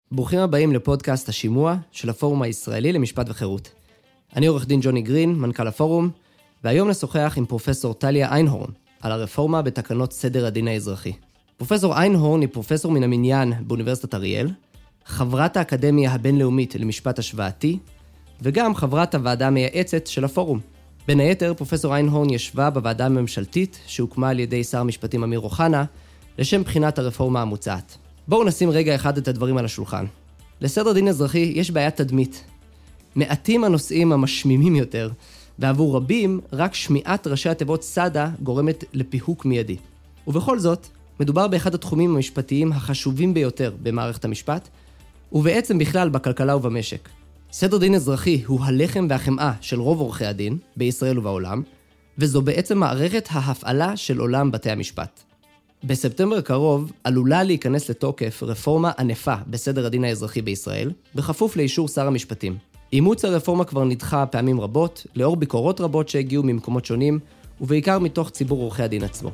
ברוכים הבאים לפודקאסט השימוע של הפורום הישראלי למשפט וחירות. אני עורך דין ג'וני גרין, מנכ"ל הפורום, והיום נשוחח עם פרופסור טליה איינהורן על הרפורמה בתקנות סדר הדין האזרחי. פרופסור איינהורן היא פרופסור מן המניין באוניברסיטת אריאל, חברת האקדמיה הבינלאומית למשפט השוואתי, וגם חברת הוועדה המייעצת של הפורום. בין היתר, פרופסור איינהורן ישבה בוועדה הממשלתית שהוקמה על ידי שר המשפטים אמיר אוחנה, לשם בחינת הרפורמה המוצעת. בואו נשים רגע אחד את הדברים על השולחן. לסדר דין אזרחי יש בעיית תדמית. מעטים הנושאים המשמימים יותר, ועבור רבים רק שמיעת ראשי התיבות סדה גורמת לפיהוק מיידי. ובכל זאת, מדובר באחד התחומים המשפטיים החשובים ביותר במערכת המשפט, ובעצם בכלל בכלכלה ובמשק. סדר דין אזרחי הוא הלחם והחמאה של רוב עורכי הדין, בישראל ובעולם, וזו בעצם מערכת ההפעלה של עולם בתי המשפט. בספטמבר הקרוב עלולה להיכנס לתוקף רפורמה ענפה בסדר הדין האזרחי בישראל, בכפוף לאישור שר המשפטים. אימוץ הרפורמה כבר נדחה פעמים רבות, לאור ביקורות רבות שהגיעו ממקומות שונים, ובעיקר מתוך ציבור עורכי הדין עצמו.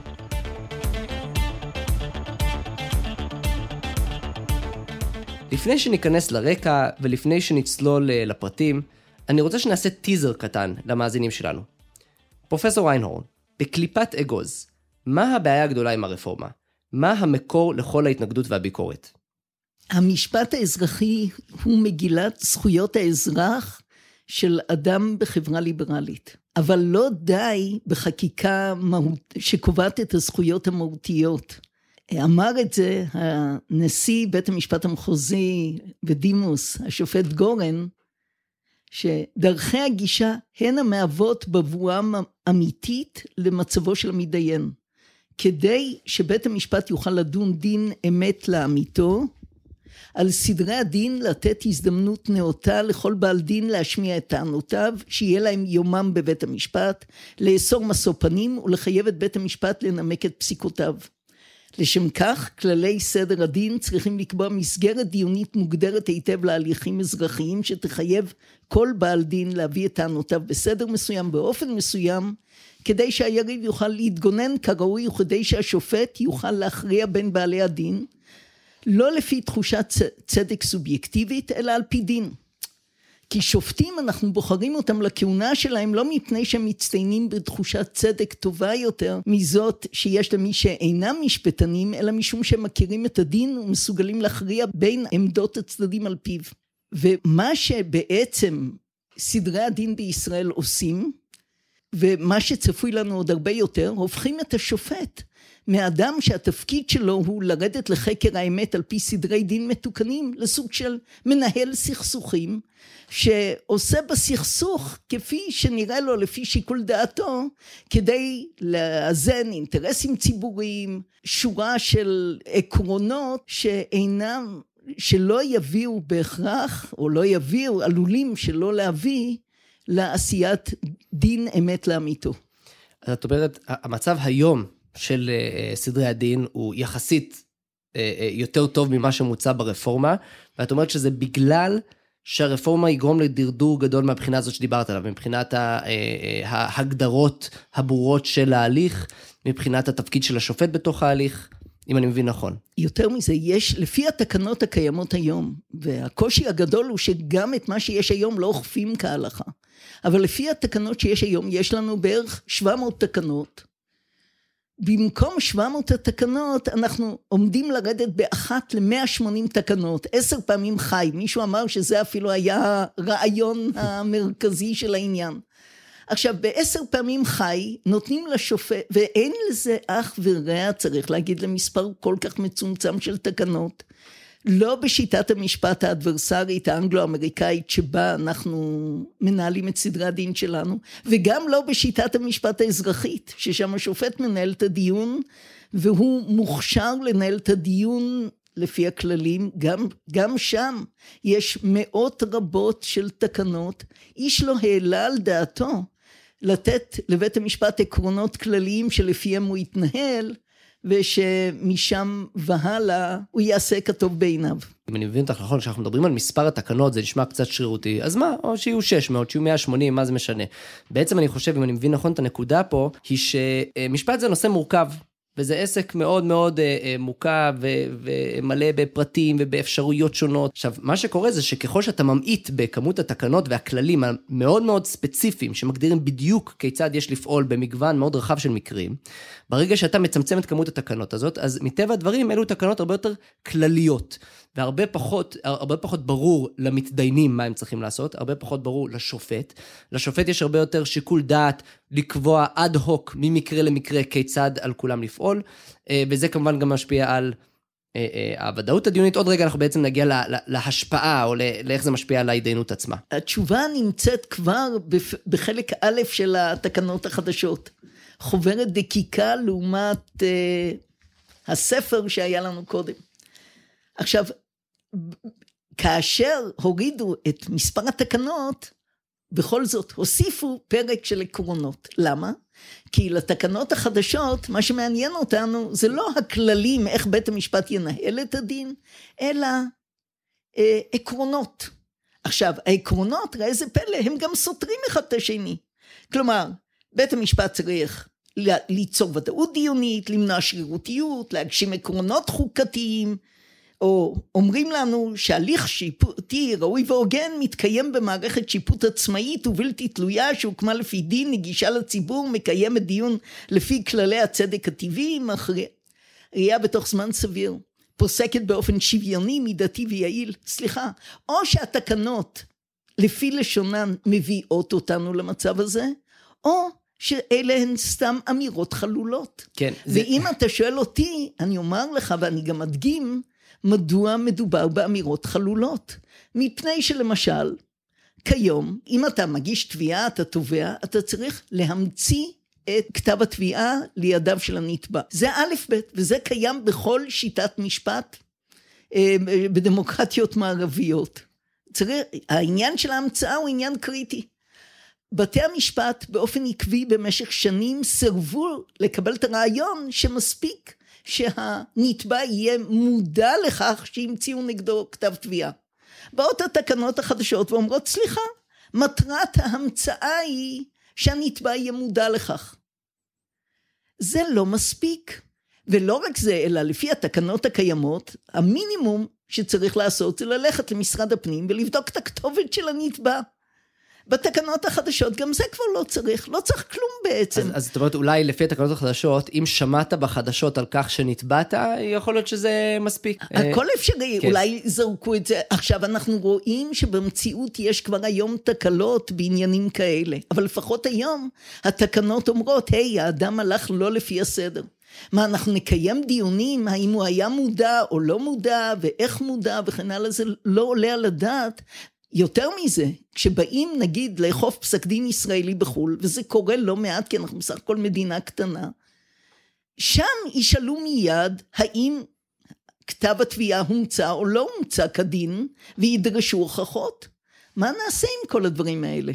לפני שניכנס לרקע ולפני שנצלול לפרטים, אני רוצה שנעשה טיזר קטן למאזינים שלנו. פרופסור איינהורן, בקליפת אגוז, מה הבעיה הגדולה עם הרפורמה? מה המקור לכל ההתנגדות והביקורת? המשפט האזרחי הוא מגילת זכויות האזרח של אדם בחברה ליברלית. אבל לא די בחקיקה שקובעת את הזכויות המהותיות. אמר את זה הנשיא בית המשפט המחוזי בדימוס, השופט גורן, שדרכי הגישה הן המהוות בבואה אמיתית למצבו של המתדיין. כדי שבית המשפט יוכל לדון דין אמת לאמיתו, על סדרי הדין לתת הזדמנות נאותה לכל בעל דין להשמיע את טענותיו, שיהיה להם יומם בבית המשפט, לאסור משוא פנים ולחייב את בית המשפט לנמק את פסיקותיו. לשם כך, כללי סדר הדין צריכים לקבוע מסגרת דיונית מוגדרת היטב להליכים אזרחיים, שתחייב כל בעל דין להביא את טענותיו בסדר מסוים, באופן מסוים, כדי שהיריב יוכל להתגונן כראוי, וכדי שהשופט יוכל להכריע בין בעלי הדין, לא לפי תחושת צדק סובייקטיבית, אלא על פי דין. כי שופטים אנחנו בוחרים אותם לכהונה שלהם, לא מפני שהם מצטיינים בתחושת צדק טובה יותר, מזאת שיש למי שאינם משפטנים, אלא משום שהם מכירים את הדין, ומסוגלים להכריע בין עמדות הצדדים על פיו. ומה שבעצם סדרי הדין בישראל עושים, ומה שצפוי לנו עוד הרבה יותר, הופכים את השופט מאדם שהתפקיד שלו הוא לרדת לחקר האמת על פי סדרי דין מתוקנים, לסוג של מנהל סכסוכים, שעושה בסכסוך כפי שנראה לו לפי שיקול דעתו, כדי לאזן אינטרסים ציבוריים, שורה של עקרונות שלא יביאו בהכרח, או לא יביאו, עלולים שלא להביא, לעשיית דין אמת לאמיתו. אז את אומרת, המצב היום של סדרי הדין הוא יחסית יותר טוב ממה שמוצע ברפורמה, ואת אומרת שזה בגלל שהרפורמה יגרום לדרדור גדול מהבחינה הזאת שדיברת עליו, מבחינת ההגדרות הברורות של ההליך, מבחינת התפקיד של השופט בתוך ההליך, אם אני מבין נכון. יותר מזה, יש לפי התקנות הקיימות היום, והקושי הגדול הוא שגם את מה שיש היום לא אוכפים כהלכה, אבל לפי התקנות שיש היום, יש לנו בערך 700 תקנות, במקום 700 התקנות, אנחנו עומדים לרדת באחת ל-180 תקנות, 10 פעמים חי, מישהו אמר שזה אפילו היה הרעיון המרכזי של העניין. עכשיו, ב10 פעמים חי, נותנים לשופט, ואין לזה אח ורע, צריך להגיד למספר כל כך מצומצם של תקנות, לא בשיטת המשפט האדברסרית האנגלו-אמריקאית, שבה אנחנו מנהלים את סדרי הדין שלנו, וגם לא בשיטת המשפט האזרחית, ששם השופט מנהל את הדיון, והוא מוכשר לנהל את הדיון לפי הכללים, גם שם יש מאות רבות של תקנות, איש לא העלה על דעתו, לתת לבית המשפט עקרונות כלליים שלפיהם הוא יתנהל, ושמשם והלאה הוא יעשה כטוב בעיניו. אם אני מבין אותך נכון, שאנחנו מדברים על מספר התקנות, זה נשמע קצת שרירותי, אז מה? או שיהיו 600, שיהיו 180, מה זה משנה? בעצם אני חושב, אם אני מבין נכון את הנקודה פה, היא שמשפט זה נושא מורכב, וזה עסק מאוד מאוד מורכב ומלא בפרטים ובאפשרויות שונות. עכשיו, מה שקורה זה שככל שאתה ממעיט בכמות התקנות והכללים המאוד מאוד ספציפיים, שמגדירים בדיוק כיצד יש לפעול במגוון מאוד רחב של מקרים, ברגע שאתה מצמצם את כמות התקנות הזאת, אז מטבע הדברים אלו תקנות הרבה יותר כלליות, והרבה פחות ברור למתדיינים מה הם צריכים לעשות, הרבה פחות ברור לשופט. לשופט יש הרבה יותר שיקול דעת לקבוע אד הוק ממקרה למקרה כיצד על כולם לפעול, וזה כמובן גם משפיע על הוודאות הדיונית. עוד רגע אנחנו בעצם נגיע להשפעה, או לאיך זה משפיע על ההתדיינות עצמה. התשובה נמצאת כבר בחלק א' של התקנות החדשות. חוברת דקיקה לעומת הספר שהיה לנו קודם. עכשיו, כאשר הורידו את מספר התקנות, בכל זאת הוסיפו פרק של עקרונות. למה? כי לתקנות החדשות, מה שמעניין אותנו, זה לא הכללים איך בית המשפט ינהל את הדין, אלא עקרונות. עכשיו, העקרונות, ראה איזה פלא, הם גם סותרים אחד את השני. כלומר, בית המשפט צריך ליצור ודאות דיונית, למנוע שרירותיות, להגשים עקרונות חוקתיים, או אומרים לנו שהליך שיפוטי ראוי והוגן מתקיים במערכת שיפוט עצמאית ובלתי תלויה שהוקמה לפי דין, נגישה לציבור, מקיימת דיון לפי כללי הצדק הטבעי, ראייה בתוך זמן סביר, פוסקת באופן שוויוני, מידתי ויעיל. או שהתקנות לפי לשונן מביאות אותנו למצב הזה, או שאלה הן סתם אמירות חלולות. כן. ואם אתה שואל אותי, אני אומר לך ואני גם אדגים, מדוע מדובר באמירות חלולות? מפני שלמשל, כיום, אם אתה מגיש תביעה, אתה תובע, אתה צריך להמציא את כתב התביעה לידיו של הנתבע. זה א' ב', וזה קיים בכל שיטת משפט בדמוקרטיות מערביות. העניין של ההמצאה הוא עניין קריטי. בתי המשפט באופן עקבי במשך שנים סרבו לקבל את הרעיון שמספיק שהנתבע יהיה מודע לכך שהמציאו נגדו כתב תביעה. באות התקנות החדשות ואומרות, סליחה, מטרת ההמצאה היא שהנתבע יהיה מודע לכך. זה לא מספיק. ולא רק זה, אלא לפי התקנות הקיימות, המינימום שצריך לעשות זה ללכת למשרד הפנים ולבדוק את הכתובת של הנתבע. בתקנות החדשות גם זה כבר לא צריך כלום בעצם. אז זאת אומרת, אולי לפי התקנות החדשות, אם שמעת בחדשות על כך שנתבעת, יכול להיות שזה מספיק. הכל אפשרי, כן. אולי זרקו את זה. עכשיו אנחנו רואים שבמציאות יש כבר היום תקלות בעניינים כאלה, אבל לפחות היום התקנות אומרות, היי, האדם הלך לא לפי הסדר. מה, אנחנו נקיים דיונים, האם הוא היה מודע או לא מודע, ואיך מודע וכן הלאה, זה לא עולה על הדעת. יותר מזה, כשבאים נגיד לאכוף פסק דין ישראלי בחול, וזה קורה לא מעט כי אנחנו בסך הכל מדינה קטנה, שם ישאלו מיד האם כתב התביעה הומצא או לא הומצא כדין, וידרשו הוכחות. מה נעשה עם כל הדברים האלה?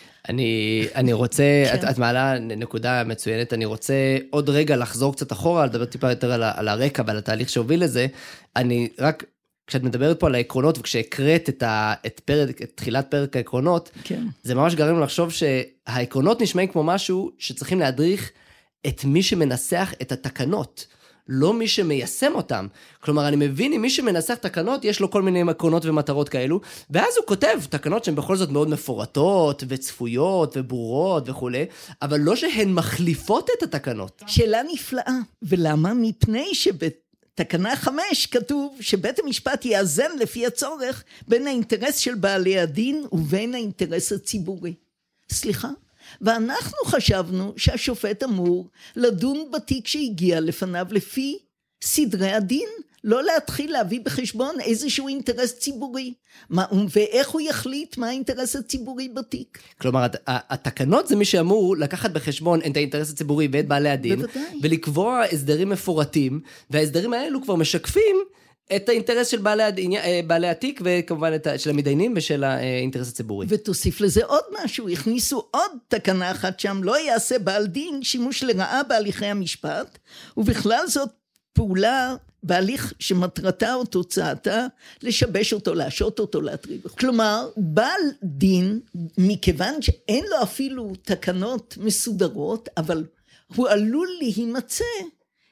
אני רוצה, את מעלה נקודה מצוינת, אני רוצה עוד רגע לחזור קצת אחורה, לדבר טיפה יותר על הרקע ועל התהליך שהוביל לזה. אני רק... כשאת מדברת פה על העקרונות, וכשהקראת את תחילת פרק העקרונות, כן. זה ממש גרם לנו לחשוב שהעקרונות נשמעים כמו משהו שצריכים להדריך את מי שמנסח את התקנות, לא מי שמיישם אותם. כלומר, אני מבין אם מי שמנסח תקנות, יש לו כל מיני עקרונות ומטרות כאלו, ואז הוא כותב תקנות שהן בכל זאת מאוד מפורטות, וצפויות, וברורות וכו', אבל לא שהן מחליפות את התקנות. שאלה נפלאה, ולמה? מפני תקנה 5 כתוב שבית המשפט יאזן לפי הצורך בין האינטרס של בעלי הדין ובין האינטרס הציבורי. סליחה? ואנחנו חשבנו שהשופט אמור לדון בתיק שהגיע לפניו לפי סדרי הדין, לא להתחיל להביא בחשבון איזשהו אינטרס ציבורי. ואיך הוא יחליט מה האינטרס הציבורי בתיק? כלומר, התקנות זה מי שאמור לקחת בחשבון את האינטרס הציבורי ואת בעלי הדין, בוודאי. ולקבוע הסדרים מפורטים, וההסדרים האלו כבר משקפים את האינטרס של בעלי התיק, וכמובן של המתדיינים ושל האינטרס הציבורי. ותוסיף לזה עוד משהו, הכניסו עוד תקנה אחת שם, לא יעשה בעל דין שימוש לרעה בהליכי המשפט, ובכלל זאת פעולה בהליך שמטרתה או תוצאתה לשבש אותו, להשעות אותו, להטריד. כלומר, בעל דין, מכיוון שאין לו אפילו תקנות מסודרות, אבל הוא עלול להימצא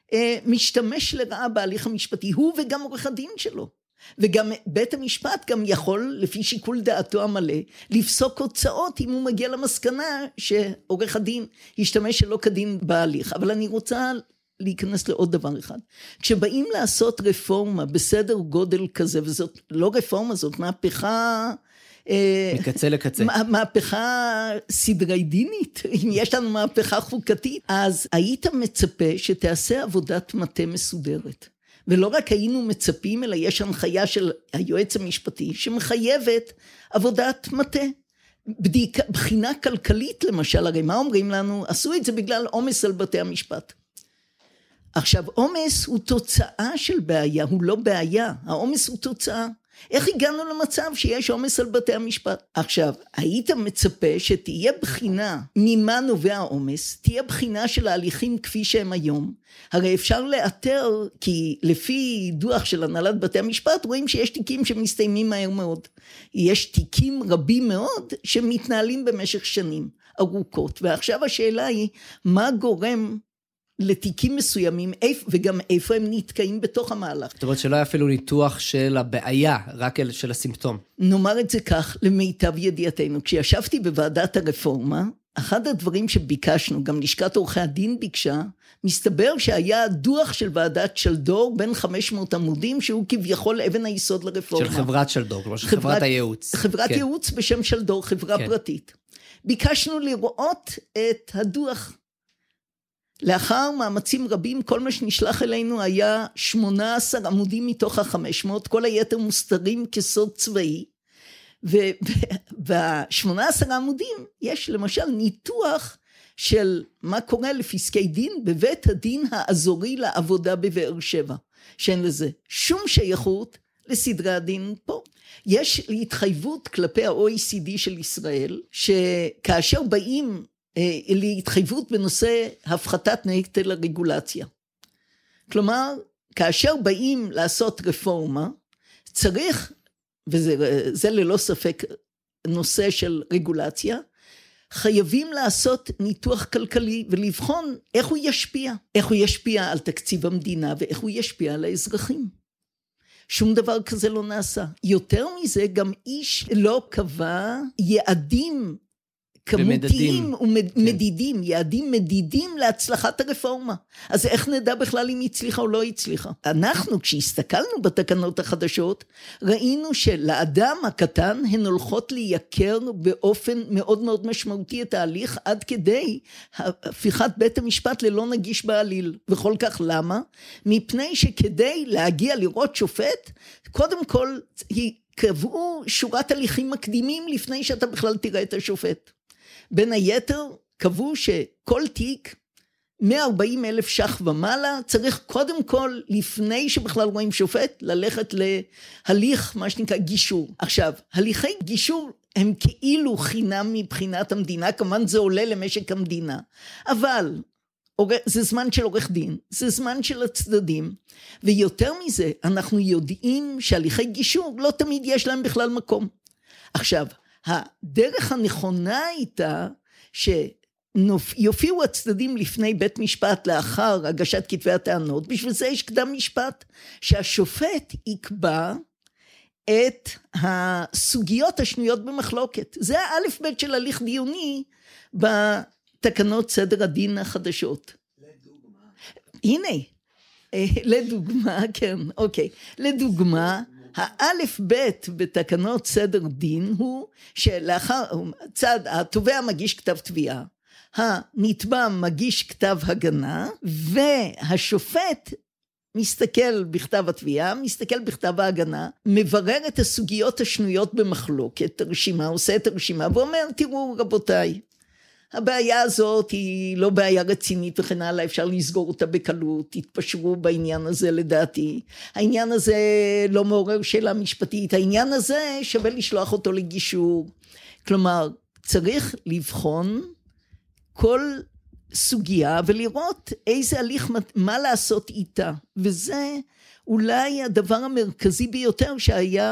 משתמש לרעה בהליך המשפטי, הוא וגם עורך הדין שלו. וגם בית המשפט גם יכול, לפי שיקול דעתו המלא, לפסוק הוצאות אם הוא מגיע למסקנה שעורך הדין ישתמש שלא כדין בהליך. אבל אני רוצה להיכנס לעוד דבר אחד. כשבאים לעשות רפורמה בסדר גודל כזה, וזאת לא רפורמה, זאת מהפכה... מקצה לקצה. מהפכה סדרי דינית, אם יש לנו מהפכה חוקתית, אז היית מצפה שתעשה עבודת מטה מסודרת. ולא רק היינו מצפים, אלא יש הנחיה של היועץ המשפטי, שמחייבת עבודת מטה. בחינה כלכלית למשל, הרי מה אומרים לנו? עשו את זה בגלל עומס על בתי המשפט. עכשיו, עומס הוא תוצאה של בעיה, הוא לא בעיה, העומס הוא תוצאה. איך הגענו למצב שיש עומס על בתי המשפט? עכשיו, היית מצפה שתהיה בחינה ממה נובע העומס, תהיה בחינה של ההליכים כפי שהם היום. הרי אפשר לאתר, כי לפי דוח של הנהלת בתי המשפט, רואים שיש תיקים שמסתיימים מהר מאוד. יש תיקים רבים מאוד שמתנהלים במשך שנים ארוכות. ועכשיו השאלה היא, מה גורם לתיקים מסוימים, וגם איפה הם נתקעים בתוך המהלך. זאת אומרת שלא היה אפילו ניתוח של הבעיה, רק של הסימפטום. נאמר את זה כך, למיטב ידיעתנו, כשישבתי בוועדת הרפורמה, אחד הדברים שביקשנו, גם לשכת עורכי הדין ביקשה, מסתבר שהיה דוח של ועדת שלדור, בין 500 עמודים, שהוא כביכול אבן היסוד לרפורמה. של חברת שלדור, כלומר של חברת הייעוץ. חברת ייעוץ בשם שלדור, חברה פרטית. ביקשנו לראות את הדוח. לאחר מאמצים רבים, כל מה שנשלח אלינו היה 18 עמודים מתוך ה-500, כל היתר מוסתרים כסוד צבאי, וב-18 עמודים יש למשל ניתוח של מה קורה לפסקי דין בבית הדין האזורי לעבודה בבאר שבע, שאין לזה שום שייכות לסדרי הדין פה. יש התחייבות כלפי ה-OECD של ישראל, שכאשר באים להתחייבות בנושא הפחתת נטל הרגולציה. כלומר, כאשר באים לעשות רפורמה, צריך, וזה ללא ספק נושא של רגולציה, חייבים לעשות ניתוח כלכלי ולבחון איך הוא ישפיע. איך הוא ישפיע על תקציב המדינה ואיך הוא ישפיע על האזרחים. שום דבר כזה לא נעשה. יותר מזה, גם איש לא קבע יעדים כמותיים ומדידים, יעדים מדידים להצלחת הרפורמה. אז איך נדע בכלל אם הצליחה או לא הצליחה? אנחנו, כשהסתכלנו בתקנות החדשות, ראינו שלאדם הקטן הן הולכות לייקר באופן מאוד מאוד משמעותי את ההליך, עד כדי הפיכת בית המשפט ללא נגיש בעליל. וכל כך למה? מפני שכדי להגיע לראות שופט, קודם כל קבעו שורת הליכים מקדימים לפני שאתה בכלל תראה את השופט. בין היתר, קבעו שכל תיק 140,000 ש"ח ומעלה, צריך קודם כל, לפני שבכלל רואים שופט, ללכת להליך, מה שנקרא, גישור. עכשיו, הליכי גישור הם כאילו חינם מבחינת המדינה, כמובן זה עולה למשק המדינה, אבל זה זמן של עורך דין, זה זמן של הצדדים, ויותר מזה, אנחנו יודעים שהליכי גישור לא תמיד יש להם בכלל מקום. עכשיו, הדרך הנכונה הייתה שיופיעו הצדדים לפני בית משפט לאחר הגשת כתבי הטענות, בשביל זה יש קדם משפט, שהשופט יקבע את הסוגיות השנויות במחלוקת. זה האלף בית של הליך דיוני בתקנות סדר הדין החדשות. לדוגמה. הנה, לדוגמה, כן, אוקיי. לדוגמה, האלף בית בתקנות סדר דין הוא שלאחר צד התובע מגיש כתב תביעה, הנתבע מגיש כתב הגנה, והשופט מסתכל בכתב התביעה, מסתכל בכתב ההגנה, מברר את הסוגיות השנויות במחלוקת, הרשימה, עושה את הרשימה ואומר, תראו רבותיי, הבעיה הזאת היא לא בעיה רצינית וכן הלאה, אפשר לסגור אותה בקלות, תתפשרו בעניין הזה לדעתי, העניין הזה לא מעורר שאלה משפטית, העניין הזה שווה לשלוח אותו לגישור, כלומר צריך לבחון כל סוגיה ולראות איזה הליך, מה לעשות איתה, וזה אולי הדבר המרכזי ביותר שהיה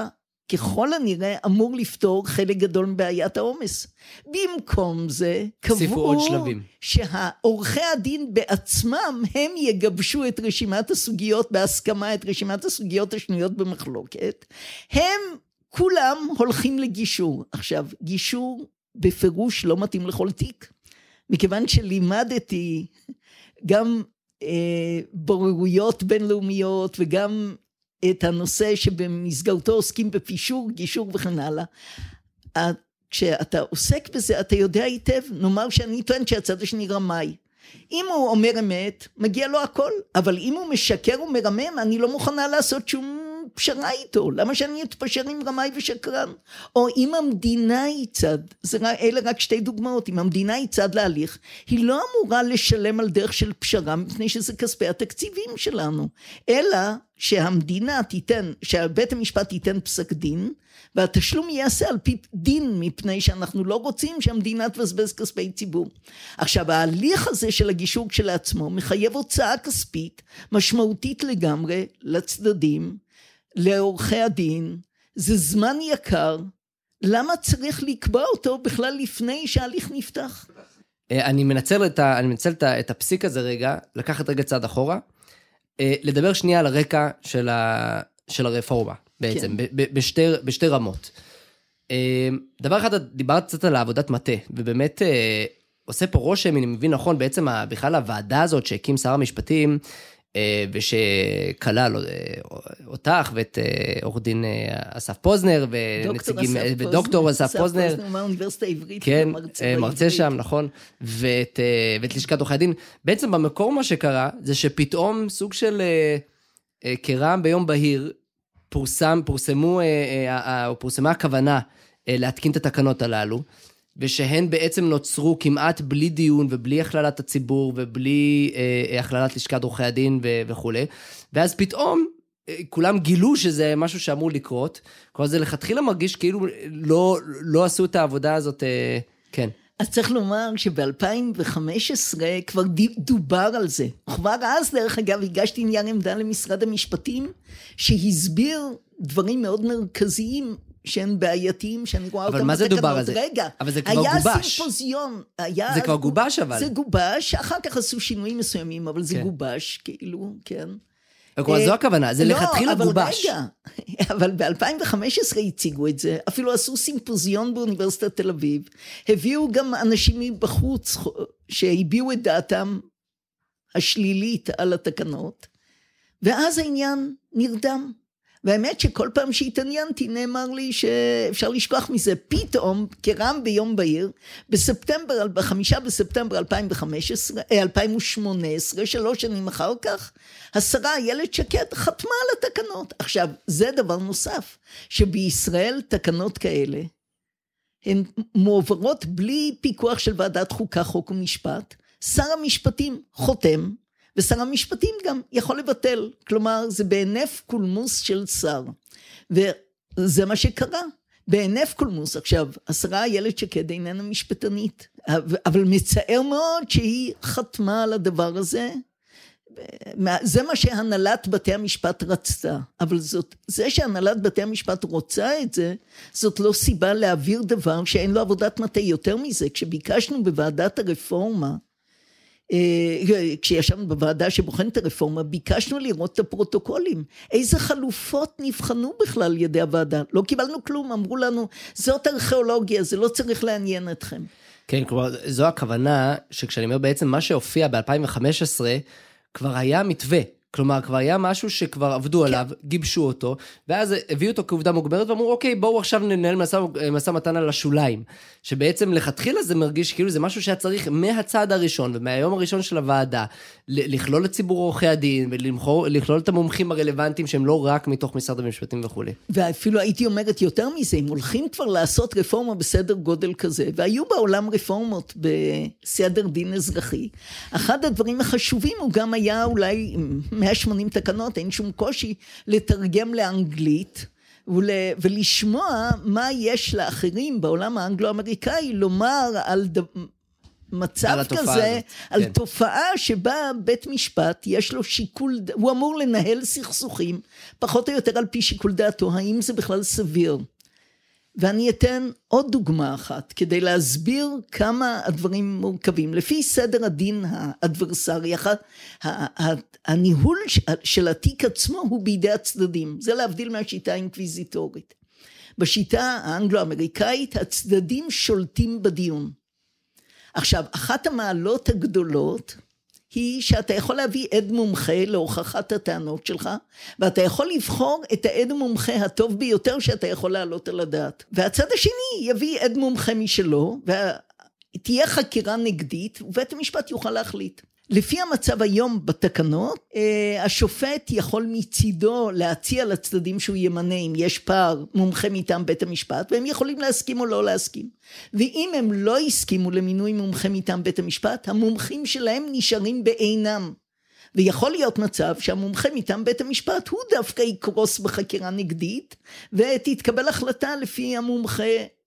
ככל הנראה אמור לפתור חלק גדול מבעיית העומס. במקום זה, קבעו שהעורכי הדין בעצמם הם יגבשו את רשימת הסוגיות בהסכמה, את רשימת הסוגיות השנויות במחלוקת. הם כולם הולכים לגישור. עכשיו, גישור בפירוש לא מתאים לכל תיק. מכיוון שלימדתי גם בוררויות בינלאומיות וגם את הנושא שבמסגרתו עוסקים בפישור, גישור וכן הלאה. כשאתה עוסק בזה, אתה יודע היטב, נאמר שאני טוען שהצד השני רמאי. אם הוא אומר אמת, מגיע לו הכל, אבל אם הוא משקר ומרמם, אני לא מוכנה לעשות שום פשרה איתו. למה שאני אתפשר עם רמאי ושקרן? או אם המדינה היא צד, אלה רק שתי דוגמאות, אם המדינה היא צד להליך, היא לא אמורה לשלם על דרך של פשרה, מפני שזה כספי התקציבים שלנו, אלא שהמדינה תיתן, שבית המשפט ייתן פסק דין, והתשלום יעשה על פי דין, מפני שאנחנו לא רוצים שהמדינה תבזבז כספי ציבור. עכשיו, ההליך הזה של הגישור כשלעצמו, מחייב הוצאה כספית, משמעותית לגמרי, לצדדים, לעורכי הדין, זה זמן יקר, למה צריך לקבוע אותו בכלל לפני שההליך נפתח? אני מנצל את הפסיק הזה רגע, לקחת רגע צעד אחורה, לדבר שנייה על הרקע של הרפורמה, בעצם, בשתי רמות. דבר אחד, דיברת קצת על העבודת מטה, ובאמת עושה פה רושם, אני מבין נכון, בעצם בכלל הוועדה הזאת שהקים שר המשפטים, ושכלל אותך ואת עורך דין אסף פוזנר ודוקטור אסף פוזנר מהאוניברסיטה העברית, כן, מרצה שם, נכון, ואת לשכת עורכי הדין. בעצם במקור מה שקרה זה שפתאום סוג של כרעם ביום בהיר פורסמה הכוונה להתקין את התקנות הללו, ושהן בעצם נוצרו כמעט בלי דיון ובלי הכללת הציבור ובלי הכללת לשכת עורכי הדין וכו'. ואז פתאום כולם גילו שזה משהו שאמור לקרות. כלומר זה לכתחילה מרגיש כאילו לא עשו את העבודה הזאת, כן. אז צריך לומר שב-2015 כבר דובר על זה. כבר אז דרך אגב הגשתי נייר עמדה למשרד המשפטים שהסביר דברים מאוד מרכזיים שהם בעייתיים, שאני רואה אותם בתקנות. אבל מה זה דובר על זה? רגע, אבל זה כבר גובש. היה סימפוזיון. זה כבר גובש אבל. זה גובש, אחר כך עשו שינויים מסוימים, אבל זה גובש, כאילו, כן. אבל זו הכוונה, זה לכתחילה גובש. רגע, אבל ב-2015 הציגו את זה, אפילו עשו סימפוזיון באוניברסיטת תל אביב, הביאו גם אנשים מבחוץ, שהביאו את דעתם השלילית על התקנות, ואז העניין נרדם. והאמת שכל פעם שהתעניינתי נאמר לי שאפשר לשכוח מזה. פתאום כרעם ביום בהיר, ב-5 בספטמבר 2018, 3 שנים אחר כך, השרה איילת שקד חתמה על התקנות. עכשיו, זה דבר נוסף, שבישראל תקנות כאלה, הן מועברות בלי פיקוח של ועדת חוקה, חוק ומשפט, שר המשפטים חותם, ושר המשפטים גם יכול לבטל, כלומר זה בהינף קולמוס של שר, וזה מה שקרה, בהינף קולמוס. עכשיו, השרה איילת שקד איננה משפטנית, אבל מצער מאוד שהיא חתמה על הדבר הזה, זה מה שהנהלת בתי המשפט רצתה, אבל זה שהנהלת בתי המשפט רוצה את זה, זאת לא סיבה להעביר דבר שאין לו עבודת מטה. יותר מזה, כשביקשנו בוועדת הרפורמה, כשישבנו בוועדה שבוחנת הרפורמה, ביקשנו לראות את הפרוטוקולים, איזה חלופות נבחנו בכלל על ידי הוועדה, לא קיבלנו כלום, אמרו לנו, זאת ארכיאולוגיה, זה לא צריך לעניין אתכם. כן, כלומר, זו הכוונה, שכשאני אומר בעצם מה שהופיע ב-2015, כבר היה מתווה, כלומר, כבר היה משהו שכבר עבדו עליו, גיבשו אותו, ואז הביאו אותו כעובדה מוגברת, ואמרו, אוקיי, בואו עכשיו ננהל מסע מתן על השוליים, שבעצם לכתחילה זה מרגיש כאילו זה משהו שהיה צריך מהצעד הראשון, ומהיום הראשון של הוועדה, לכלול את ציבור עורכי הדין, ולכלול את המומחים הרלוונטיים, שהם לא רק מתוך משרד המשפטים וכו'. ואפילו הייתי אומרת יותר מזה, הם הולכים כבר לעשות רפורמה בסדר גודל כזה, והיו בעולם רפורמות בסדר דין אזרחי. אחד הדברים החשובים הוא גם היה אולי 180 תקנות, אין שום קושי לתרגם לאנגלית, ולשמוע מה יש לאחרים בעולם האנגלו-אמריקאי לומר מצב כזה, על תופעה שבה בית משפט יש לו שיקול, הוא אמור לנהל סכסוכים, פחות או יותר על פי שיקול דעתו, האם זה בכלל סביר. ואני אתן עוד דוגמה אחת, כדי להסביר כמה הדברים מורכבים. לפי סדר הדין האדברסרי, הניהול של התיק עצמו הוא בידי הצדדים. זה להבדיל מהשיטה האינקוויזיטורית. בשיטה האנגלו-אמריקאית, הצדדים שולטים בדיון. עכשיו, אחת המעלות הגדולות היא שאתה יכול להביא עד מומחה להוכחת הטענות שלך, ואתה יכול לבחור את העד המומחה הטוב ביותר שאתה יכול להעלות על הדעת. והצד השני יביא עד מומחה משלו, ותהיה חקירה נגדית, ובית המשפט יוכל להחליט. לפי המצב היום בתקנות, השופט יכול מצידו להציע לצדדים שהוא ימנה אם יש פער מומחה מטעם בית המשפט, והם יכולים להסכים או לא להסכים. ואם הם לא הסכימו למינוי מומחה מטעם בית המשפט, המומחים שלהם נשארים בעינם. ויכול להיות מצב שהמומחה מטעם בית המשפט הוא דווקא יקרוס בחקירה נגדית, ותתקבל החלטה לפי המומחה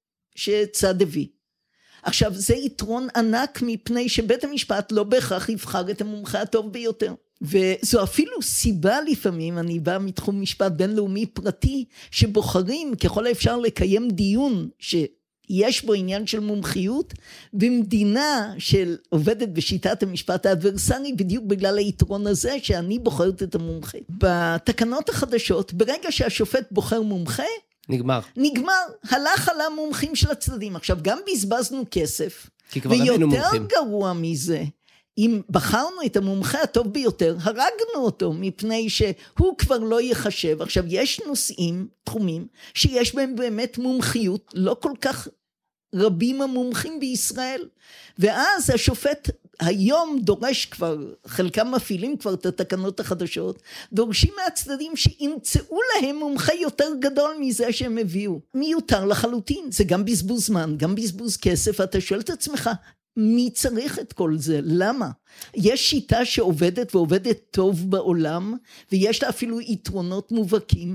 שצד הביא. עכשיו, זה יתרון ענק מפני שבית המשפט לא בהכרח יבחר את המומחה הטוב ביותר. וזו אפילו סיבה לפעמים, אני בא מתחום משפט בינלאומי פרטי, שבוחרים ככל האפשר לקיים דיון שיש בו עניין של מומחיות, במדינה שעובדת בשיטת המשפט האדברסרי, בדיוק בגלל היתרון הזה שאני בוחרת את המומחה. בתקנות החדשות, ברגע שהשופט בוחר מומחה, נגמר, הלך על המומחים של הצדדים. עכשיו, גם בזבזנו כסף, ויותר גרוע מזה, אם בחרנו את המומחה הטוב ביותר, הרגנו אותו, מפני שהוא כבר לא יחשב. עכשיו, יש נושאים, תחומים, שיש בהם באמת מומחיות, לא כל כך רבים המומחים בישראל, ואז השופט היום דורש כבר, חלקם מפעילים כבר את התקנות החדשות, דורשים מהצדדים שימצאו להם מומחה יותר גדול מזה שהם הביאו. מיותר לחלוטין, זה גם בזבוז זמן, גם בזבוז כסף, אתה שואל את עצמך, מי צריך את כל זה? למה? יש שיטה שעובדת ועובדת טוב בעולם, ויש לה אפילו יתרונות מובהקים.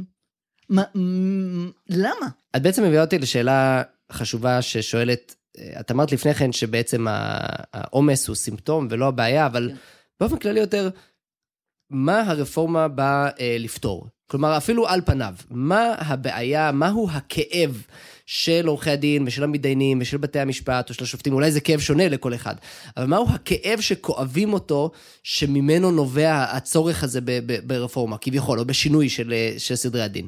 למה? את בעצם מביאה אותי לשאלה חשובה ששואלת, את אמרת לפני כן שבעצם העומס הוא סימפטום ולא הבעיה, אבל באופן כללי יותר, מה הרפורמה באה לפתור? כלומר, אפילו על פניו, מה הבעיה, מהו הכאב של עורכי הדין ושל המתדיינים ושל בתי המשפט או של השופטים, אולי זה כאב שונה לכל אחד, אבל מהו הכאב שכואבים אותו, שממנו נובע הצורך הזה ברפורמה, כביכול, או בשינוי של סדרי הדין?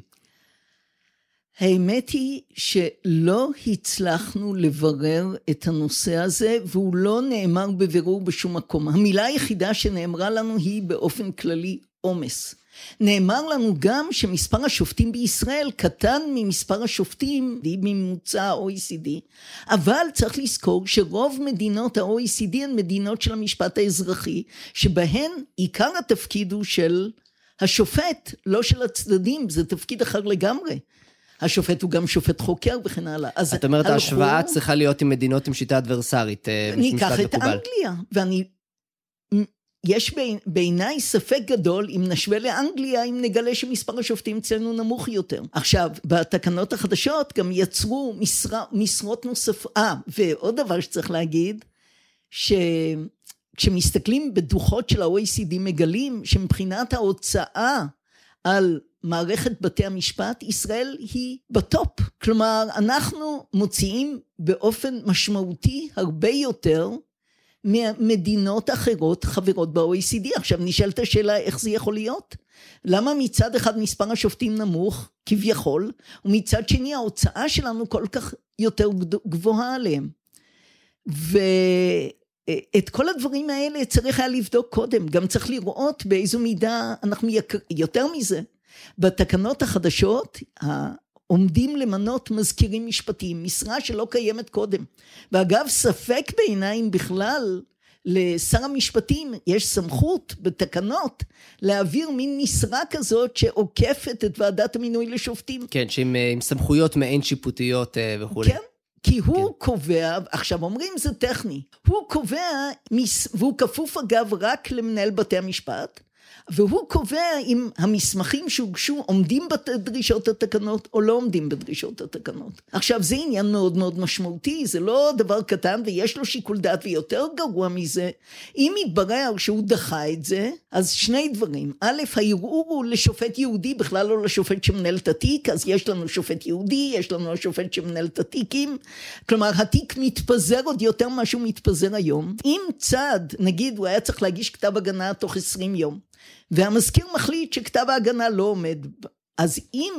האמת היא שלא הצלחנו לברר את הנושא הזה, והוא לא נאמר בבירור בשום מקום. המילה היחידה שנאמרה לנו היא באופן כללי עומס. נאמר לנו גם שמספר השופטים בישראל קטן ממספר השופטים מממוצע ה-OECD, אבל צריך לזכור שרוב מדינות ה-OECD הן מדינות של המשפט האזרחי, שבהן עיקר התפקיד הוא של השופט, לא של הצדדים, זה תפקיד אחר לגמרי. השופט הוא גם שופט חוקר וכן הלאה. את אומרת, ההשוואה צריכה להיות עם מדינות עם שיטה אדברסרית. ניקח את אנגליה, יש בעיניי ספק גדול אם נשווה לאנגליה, אם נגלה שמספר השופטים אצלנו נמוך יותר. עכשיו, בתקנות החדשות גם יצרו משרות נוספות. ועוד דבר שצריך להגיד, כשמסתכלים בדוחות של ה-OECD מגלים שמבחינת ההוצאה על מערכת בתי המשפט, ישראל היא בטופ. כלומר, אנחנו מוציאים באופן משמעותי הרבה יותר ממדינות אחרות חברות ב-OECD. עכשיו נשאלת השאלה איך זה יכול להיות? למה מצד אחד מספר השופטים נמוך, כביכול, ומצד שני ההוצאה שלנו כל כך יותר גבוהה עליהם? ואת כל הדברים האלה צריך היה לבדוק קודם, גם צריך לראות באיזו מידה אנחנו יותר מזה. בתקנות החדשות, עומדים למנות מזכירים משפטיים, משרה שלא קיימת קודם. ואגב, ספק בעיניים בכלל, לשר המשפטים יש סמכות בתקנות, להעביר מין משרה כזאת שעוקפת את ועדת המינוי לשופטים. כן, שעם סמכויות מעין שיפוטיות וכו'. כן, כי הוא קובע, עכשיו אומרים זה טכני, הוא קובע, והוא כפוף אגב רק למנהל בתי המשפט, והוא קובע אם המסמכים שהוגשו עומדים בדרישות התקנות או לא עומדים בדרישות התקנות. עכשיו זה עניין מאוד מאוד משמעותי, זה לא דבר קטן ויש לו שיקול דעת, ויותר גרוע מזה, אם יתברר שהוא דחה את זה, אז שני דברים. א', הערעור הוא לשופט יהודי, בכלל לא לשופט שמנהל את התיק, אז יש לנו שופט יהודי, יש לנו השופט שמנהל את התיקים, כלומר התיק מתפזר עוד יותר מה שהוא מתפזר היום. אם צד, נגיד הוא היה צריך להגיש כתב הגנה תוך 20 יום, והמזכיר מחליט שכתב ההגנה לא עומד, אז אם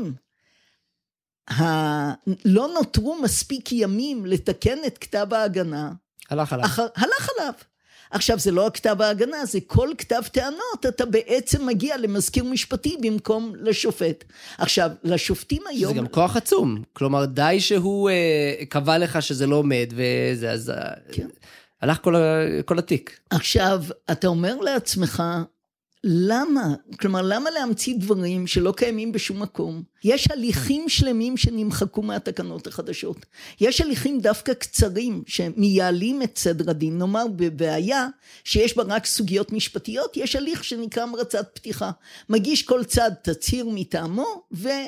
לא נותרו מספיק ימים לתקן את כתב ההגנה, הלך עליו. עכשיו זה לא הכתב ההגנה, זה כל כתב טענות, אתה בעצם מגיע למזכיר משפטי במקום לשופט. עכשיו, לשופטים היום... זה גם כוח עצום, כלומר די שהוא קבע לך שזה לא עומד, וזה אז... כן. הלך כל התיק. עכשיו, אתה אומר לעצמך, למה? כלומר, למה להמציא דברים שלא קיימים בשום מקום? יש הליכים שלמים שנמחקו מהתקנות החדשות. יש הליכים דווקא קצרים שמייעלים את סדר הדין. נאמר, בבעיה שיש בה רק סוגיות משפטיות, יש הליך שנקרא המרצת פתיחה. מגיש כל צד תצהיר מטעמו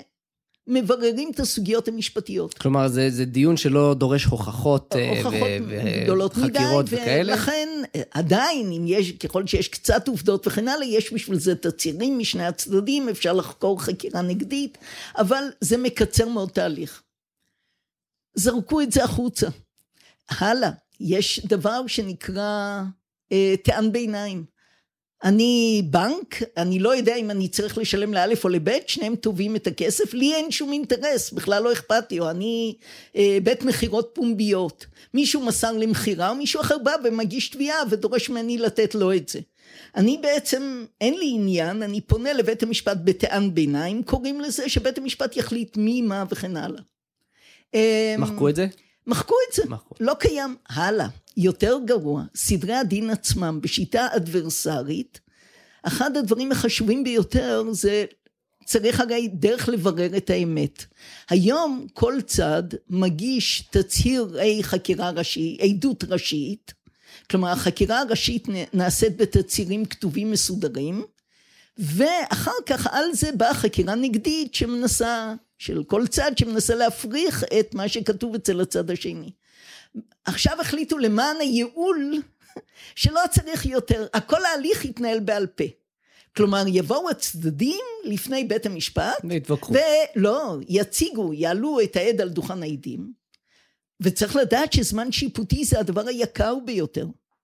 מבררים את הסוגיות המשפטיות. כלומר, זה דיון שלא דורש הוכחות גדולות וחקירות וכאלה. ולכן, עדיין, ככל שיש קצת עובדות וכן הלאה, יש בשביל זה תצהירים משני הצדדים, אפשר לחקור חקירה נגדית, אבל זה מקצר מאוד תהליך. זרקו את זה החוצה. הלאה, יש דבר שנקרא טען ביניים. אני בנק, אני לא יודע אם אני צריך לשלם לאלף או לבית, שניהם טובים את הכסף, לי אין שום אינטרס, בכלל לא אכפתי, או אני בית מחירות פומביות, מישהו מסר לי מחירה, או מישהו אחר בא ומגיש תביעה ודורש ממני לתת לו את זה. אני בעצם, אין לי עניין, אני פונה לבית המשפט בטען ביניים, קוראים לזה שבית המשפט יחליט מי, מה וכן הלאה. מחקו את זה? מחקו את זה, לא קיים, הלאה. יותר גרוע, סדרי הדין עצמם בשיטה אדברסרית, אחד הדברים החשובים ביותר זה צריך הרי דרך לברר את האמת. היום כל צד מגיש תצהירי חקירה ראשית, עדות ראשית, כלומר החקירה הראשית נעשית בתצהירים כתובים מסודרים, ואחר כך על זה באה חקירה נגדית שמנסה, של כל צד שמנסה להפריך את מה שכתוב אצל הצד השני. עכשיו החליטו למען הייעול שלא צריך יותר, הכל ההליך יתנהל בעל פה. כלומר יבואו הצדדים לפני בית המשפט, ולא, יעלו את העד על דוכן העדים, וצריך לדעת שזמן שיפוטי זה הדבר היקר ביותר.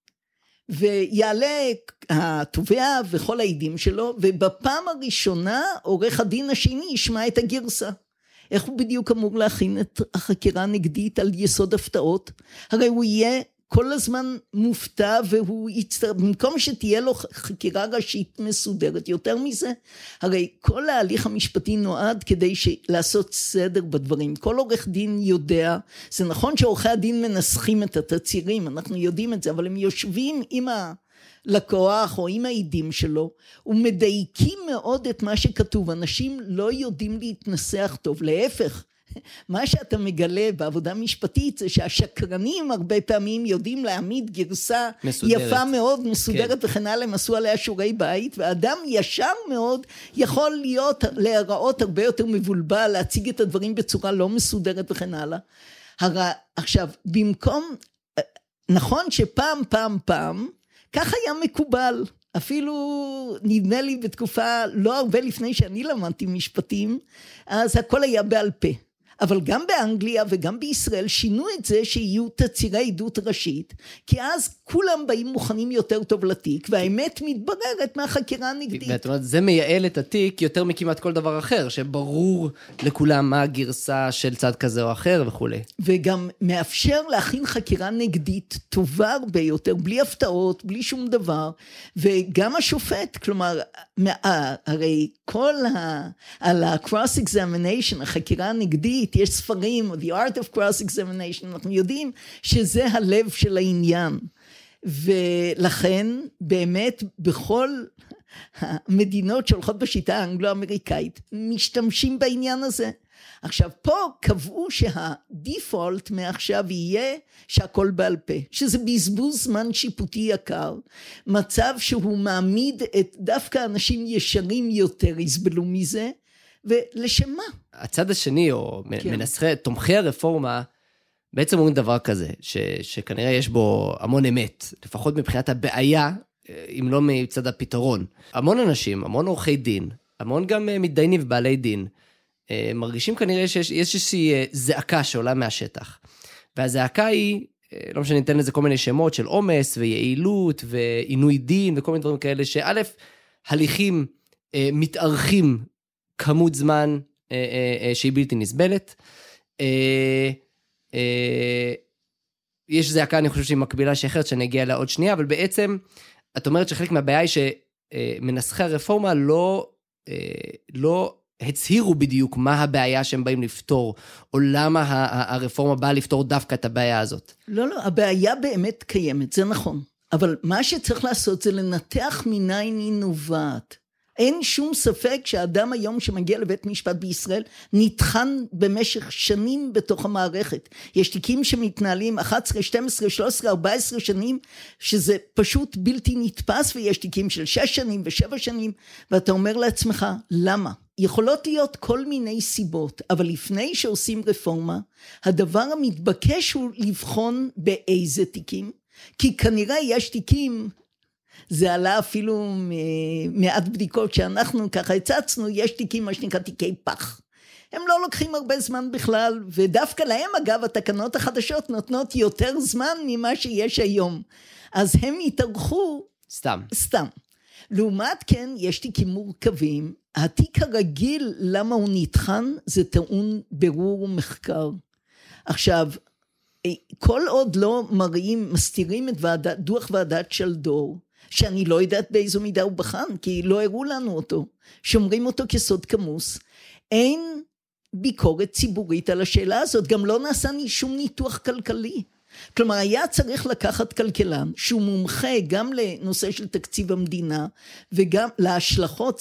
ויעלה התובע וכל העדים שלו, ובפעם הראשונה עורך הדין השני ישמע את הגרסה. איך הוא בדיוק אמור להכין את החקירה הנגדית על יסוד הפתעות? הרי הוא יהיה כל הזמן מופתע, והוא במקום שתהיה לו חקירה ראשית מסודרת, יותר מזה, הרי כל ההליך המשפטי נועד כדי לעשות סדר בדברים. כל עורך דין יודע, זה נכון שעורכי הדין מנסחים את התצהירים, אנחנו יודעים את זה, אבל הם יושבים עם לקוח או עם העדים שלו, ומדייקים מאוד את מה שכתוב. אנשים לא יודעים להתנסח טוב, להפך, מה שאתה מגלה בעבודה משפטית זה שהשקרנים הרבה פעמים יודעים להעמיד גרסה מסודרת. יפה מאוד, מסודרת כן. וכן הלאה, הם עשו עליה שיעורי בית, ואדם ישר מאוד יכול להיראות הרבה יותר מבולבל, להציג את הדברים בצורה לא מסודרת וכן הלאה. עכשיו, במקום, נכון שפעם, כך היה מקובל, אפילו נדמה לי בתקופה לא הרבה לפני שאני למדתי משפטים, אז הכל היה בעל פה. אבל גם באנגליה וגם בישראל שינו את זה שיהיו תצהירי עדות ראשית, כי אז כולם באים מוכנים יותר טוב לתיק, והאמת מתבררת מהחקירה הנגדית. זאת אומרת, זה מייעל את התיק יותר מכמעט כל דבר אחר, שברור לכולם מה הגרסה של צד כזה או אחר וכו'. וגם מאפשר להכין חקירה נגדית טובה הרבה יותר, בלי הפתעות, בלי שום דבר, וגם השופט, כלומר, הרי כל על ה-cross examination, החקירה הנגדית, יש ספרים, The Art of Cross-Examination, אנחנו יודעים שזה הלב של העניין, ולכן באמת בכל המדינות שהולכות בשיטה האנגלו-אמריקאית, משתמשים בעניין הזה. עכשיו, פה קבעו שהדיפולט מעכשיו יהיה שהכל בעל פה, שזה בזבוז זמן שיפוטי יקר, מצב שהוא מעמיד את דווקא אנשים ישרים יותר יסבלו מזה, ולשם מה? הצד השני, או מנסחי, תומכי הרפורמה, בעצם אומרים דבר כזה, שכנראה יש בו המון אמת, לפחות מבחינת הבעיה, אם לא מצד הפתרון. המון אנשים, המון עורכי דין, המון גם מתדיינים ובעלי דין, מרגישים כנראה שיש איזושהי זעקה שעולה מהשטח. והזעקה היא, לא משנה, ניתן לזה כל מיני שמות של עומס ויעילות ועינוי דין וכל מיני דברים כאלה, שא' הליכים מתארכים כמות זמן שהיא בלתי נסבלת. יש זעקה, אני חושב שהיא מקבילה שאחרת שאני אגיע לה עוד שנייה, אבל בעצם את אומרת שחלק מהבעיה היא שמנסחי הרפורמה לא הצהירו בדיוק מה הבעיה שהם באים לפתור, או למה הרפורמה באה לפתור דווקא את הבעיה הזאת. לא, הבעיה באמת קיימת, זה נכון. אבל מה שצריך לעשות זה לנתח מניין היא נובעת. אין שום ספק שהאדם היום שמגיע לבית משפט בישראל נטחן במשך שנים בתוך המערכת. יש תיקים שמתנהלים 11, 12, 13, 14 שנים, שזה פשוט בלתי נתפס, ויש תיקים של 6 שנים ו7 שנים, ואתה אומר לעצמך, למה? יכולות להיות כל מיני סיבות, אבל לפני שעושים רפורמה, הדבר המתבקש הוא לבחון באיזה תיקים, כי כנראה יש תיקים, זה עלה אפילו מעט בדיקות שאנחנו ככה הצצנו, יש תיקים מה שנקרא תיקי פח. הם לא לוקחים הרבה זמן בכלל, ודווקא להם אגב התקנות החדשות נותנות יותר זמן ממה שיש היום. אז הם יתארכו סתם. לעומת כן, יש תיקים מורכבים, התיק הרגיל למה הוא נטחן זה טעון בירור ומחקר. עכשיו, כל עוד לא מסתירים את דוח ועדת שלדור, שאני לא יודעת באיזו מידה הוא בחן, כי לא הראו לנו אותו, שומרים אותו כסוד כמוס, אין ביקורת ציבורית על השאלה הזאת, גם לא נעשה שום ניתוח כלכלי. כלומר, היה צריך לקחת כלכלן, שהוא מומחה גם לנושא של תקציב המדינה, וגם להשלכות,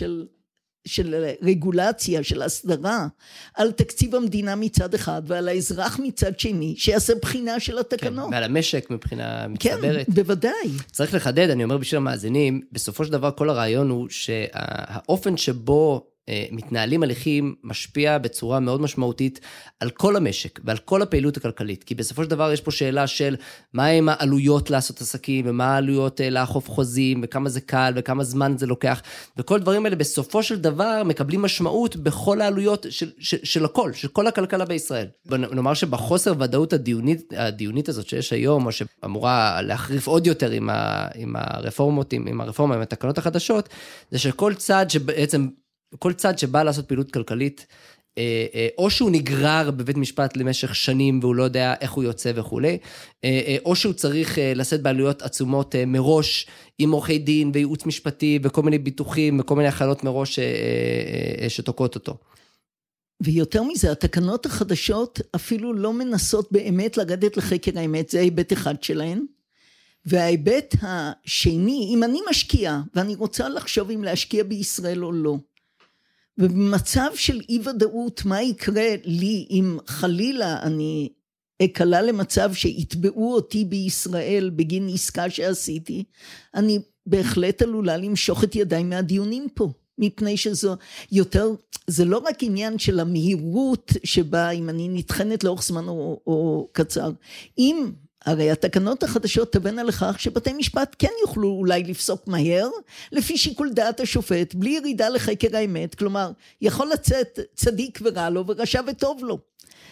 של רגולציה, של הסדרה, על תקציב המדינה מצד אחד, ועל האזרח מצד שני, שיעשה בחינה של התקנות. כן, ועל המשק מבחינה מצטברת. כן, בוודאי. צריך לחדד, אני אומר בשביל המאזינים, בסופו של דבר כל הרעיון הוא שהאופן שבו מתנהלים הליכים משפיע בצורה מאוד משמעותית על כל המשק ועל כל הפעילות הכלכלית, כי בסופו של דבר יש פה שאלה של מה הם העלויות לעשות עסקים, ומה העלויות לאכוף חוזים, וכמה זה קל, וכמה זמן זה לוקח, וכל דברים האלה בסופו של דבר מקבלים משמעות בכל העלויות של הכל, של כל הכלכלה בישראל. נאמר שבחוסר ודאות הדיונית הזאת שיש היום, או שאמורה להחריף עוד יותר עם הרפורמות, עם הרפורמה, עם התקנות החדשות, זה שכל צד שבעצם כל צד שבא לעשות פעילות כלכלית, או שהוא נגרר בבית משפט למשך שנים, והוא לא יודע איך הוא יוצא וכו', או שהוא צריך לשאת בעלויות עצומות מראש, עם עורכי דין וייעוץ משפטי, וכל מיני ביטוחים, וכל מיני הכנות מראש שתוקעות אותו. ויותר מזה, התקנות החדשות אפילו לא מנסות באמת לרדת לחקר האמת, זה היבט אחד שלהן, וההיבט השני, אם אני משקיע, ואני רוצה לחשוב אם להשקיע בישראל או לא, ובמצב של אי ודאות, מה יקרה לי אם חלילה אני אקלה למצב שיתבעו אותי בישראל בגין עסקה שעשיתי, אני בהחלט עלולה למשוך את ידיי מהדיונים פה, מפני שזו יותר, זה לא רק עניין של המהירות שבה אם אני נתחנת לאורך זמן או קצר, אם הרי התקנות החדשות תבנה לכך שבתי משפט כן יוכלו אולי לפסוק מהר, לפי שיקול דעת השופט, בלי ירידה לחקר האמת, כלומר, יכול לצאת צדיק ורע לו ורשע וטוב לו.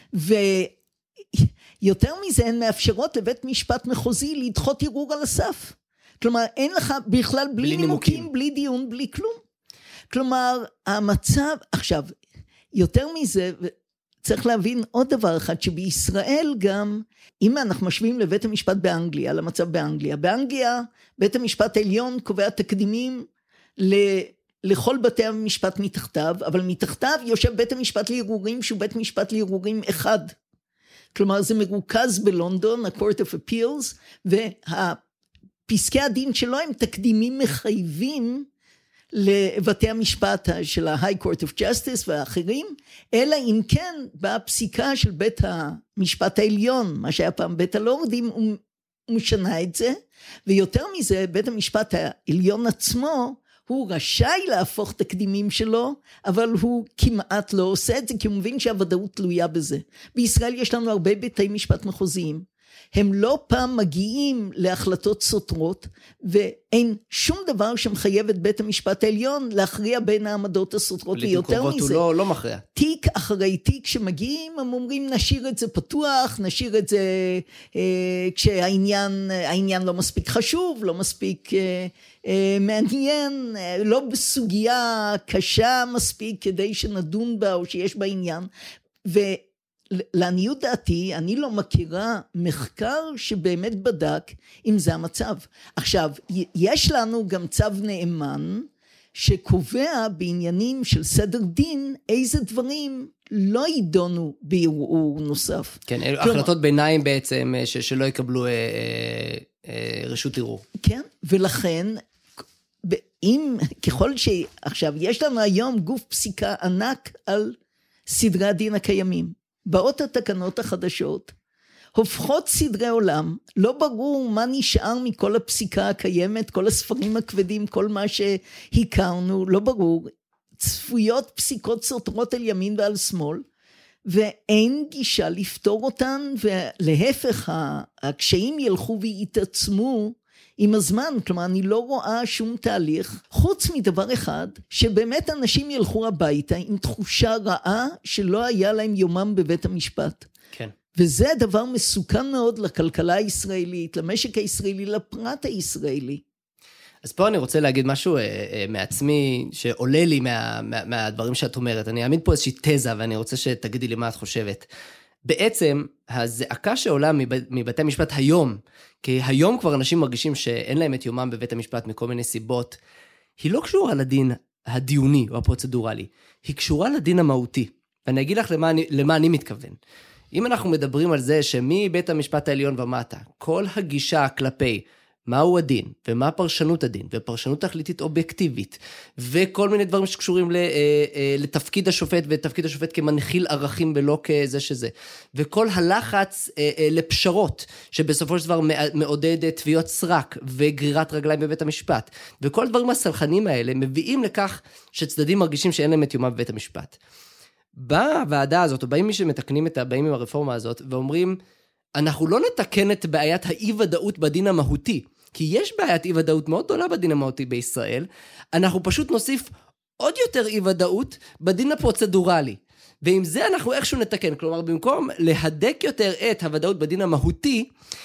ויותר מזה, הן מאפשרות לבית משפט מחוזי לדחות ערעור על הסף. כלומר, אין לך בכלל בלי נימוקים, בלי דיון, בלי כלום. כלומר, המצב, עכשיו, יותר מזה, צריך להבין עוד דבר אחד, שבישראל גם, אם אנחנו משווים לבית המשפט באנגליה, למצב באנגליה, באנגליה בית המשפט העליון קובע תקדימים לכל בתי המשפט מתחתיו, אבל מתחתיו יושב בית המשפט לערעורים, שהוא בית משפט לערעורים אחד. כלומר זה מרוכז בלונדון, ה-Court of Appeals, והפסקי הדין שלו הם תקדימים מחייבים לבתי המשפט של ה-High Court of Justice והאחרים, אלא אם כן בפסיקה של בית המשפט העליון, מה שהיה פעם בית הלורדים, הוא משנה את זה, ויותר מזה, בית המשפט העליון עצמו, הוא רשאי להפוך תקדימים שלו, אבל הוא כמעט לא עושה את זה, כי הוא מבין שהוודאות תלויה בזה. בישראל יש לנו הרבה בתי משפט מחוזיים, הם לא פעם מגיעים להחלטות סותרות, ואין שום דבר שמחייב את בית המשפט העליון להכריע בין העמדות הסותרות, ויותר מזה. הוא לא מכריע. תיק אחרי תיק שמגיעים, הם אומרים נשאיר את זה פתוח, נשאיר את זה כשהעניין לא מספיק חשוב, לא מספיק מעניין, לא בסוגיה קשה מספיק כדי שנדון בה או שיש בה עניין, לעניות דעתי, אני לא מכירה מחקר שבאמת בדק אם זה המצב. עכשיו, יש לנו גם צו נאמן שקובע בעניינים של סדר דין איזה דברים לא יידונו בערעור נוסף. כן, החלטות ביניים בעצם שלא יקבלו רשות ערעור. כן, ולכן ככל שעכשיו יש לנו היום גוף פסיקה ענק על סדרי הדין הקיימים. באות התקנות החדשות, הופכות סדרי עולם, לא ברור מה נשאר מכל הפסיקה הקיימת, כל הספרים הכבדים, כל מה שהכרנו, לא ברור, צפויות פסיקות סותרות על ימין ועל שמאל, ואין גישה לפתור אותן, ולהפך הקשיים ילכו ויתעצמו עם הזמן, כלומר אני לא רואה שום תהליך, חוץ מדבר אחד, שבאמת אנשים ילכו הביתה עם תחושה רעה שלא היה להם יומם בבית המשפט. כן. וזה דבר מסוכן מאוד לכלכלה הישראלית, למשק הישראלי, לפרט הישראלי. אז פה אני רוצה להגיד משהו מעצמי, שעולה לי מהדברים שאת אומרת. אני אעמיד פה איזושהי תזה, ואני רוצה שתגידי לי מה את חושבת. בעצם, הזעקה שעולה מבתי המשפט היום, כי היום כבר אנשים מרגישים שאין להם את יומם בבית המשפט מכל מיני סיבות, היא לא קשורה לדין הדיוני או הפרוצדורלי, היא קשורה לדין המהותי. ואני אגיד לך למה אני מתכוון. אם אנחנו מדברים על זה שמבית המשפט העליון ומטה, כל הגישה כלפי מהו הדין, ומה פרשנות הדין, ופרשנות תכליתית אובייקטיבית, וכל מיני דברים שקשורים לתפקיד השופט, ותפקיד השופט כמנחיל ערכים ולא כזה שזה, וכל הלחץ לפשרות, שבסופו של דבר מעודד תביעות סרק, וגרירת רגליים בבית המשפט, וכל הדברים הסלחנים האלה מביאים לכך שצדדים מרגישים שאין להם את יומם בבית המשפט. בוועדה הזאת, או באים מי שמתקנים באים עם הרפורמה הזאת, ואומרים, אנחנו לא נתקן את בעיית האי-ודאות בדין המהותי, כי יש בעיית אי-ודאות מאוד גדולה בדין המהותי בישראל, אנחנו פשוט נוסיף עוד יותר אי-ודאות בדין הפרוצדורלי, ועם זה אנחנו איכשהו נתקן, כלומר במקום להדק יותר את הוודאות בדין המהותי,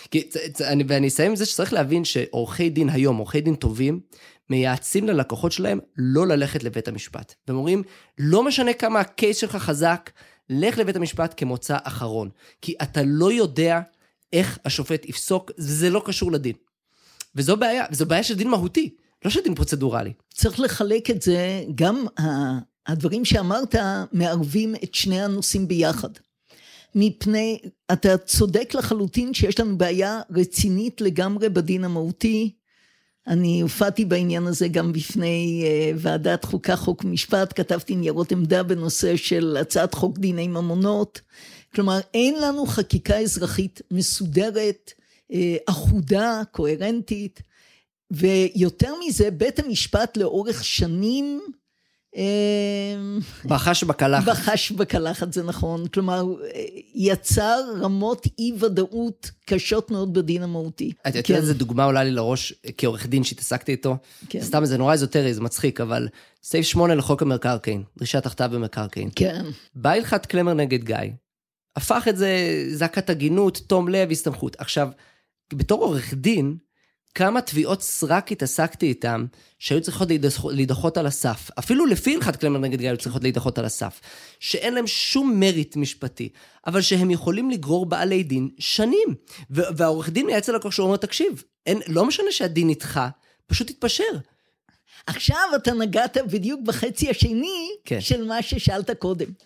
ואני אסיים עם זה שצריך להבין שעורכי דין היום, עורכי דין טובים, מייעצים ללקוחות שלהם לא ללכת לבית המשפט, והם אומרים, לא משנה כמה הקייס שלך חזק, לך לבית המשפט כמוצא אחרון, כי אתה לא יודע איך השופט יפסוק, זה לא קשור לדין. וזו בעיה של דין מהותי, לא של דין פרוצדורלי. צריך לחלק את זה, גם הדברים שאמרת מערבים את שני הנושאים ביחד. מפני, אתה צודק לחלוטין שיש לנו בעיה רצינית לגמרי בדין המהותי, אני הופעתי בעניין הזה גם בפני ועדת חוקה חוק משפט, כתבתי ניירות עמדה בנושא של הצעת חוק דיני ממונות, כלומר אין לנו חקיקה אזרחית מסודרת, אחודה, קוהרנטית, ויותר מזה בית המשפט לאורך שנים, בחש בקלחת. בחש בקלחת, זה נכון, כלומר יצר רמות אי ודאות קשות מאוד בדין המהותי. את יודעת איזה דוגמה עולה לי לראש כעורך דין שהתעסקתי איתו, סתם זה נורא איזוטרי, זה מצחיק, אבל סעיף 8 לחוק המקרקעין, דרישת תחתיו במקרקעין. כן. בא הלכת קלמר נגד גיא, הפך את זה זעקת הגינות, תום לב, הסתמכות. עכשיו, בתור עורך דין, כמה תביעות סרק התעסקתי איתם, שהיו צריכות להידחות על הסף, אפילו לפי הלכת קלמר נגד גיא, היו צריכות להידחות על הסף, שאין להם שום מריט משפטי, אבל שהם יכולים לגרור בעלי דין שנים, והעורך דין מייעץ ללקוח שהוא אומר, תקשיב, לא משנה שהדין איתך, פשוט תתפשר. עכשיו אתה נגעת בדיוק בחצי השני, כן. של מה ששאלת קודם.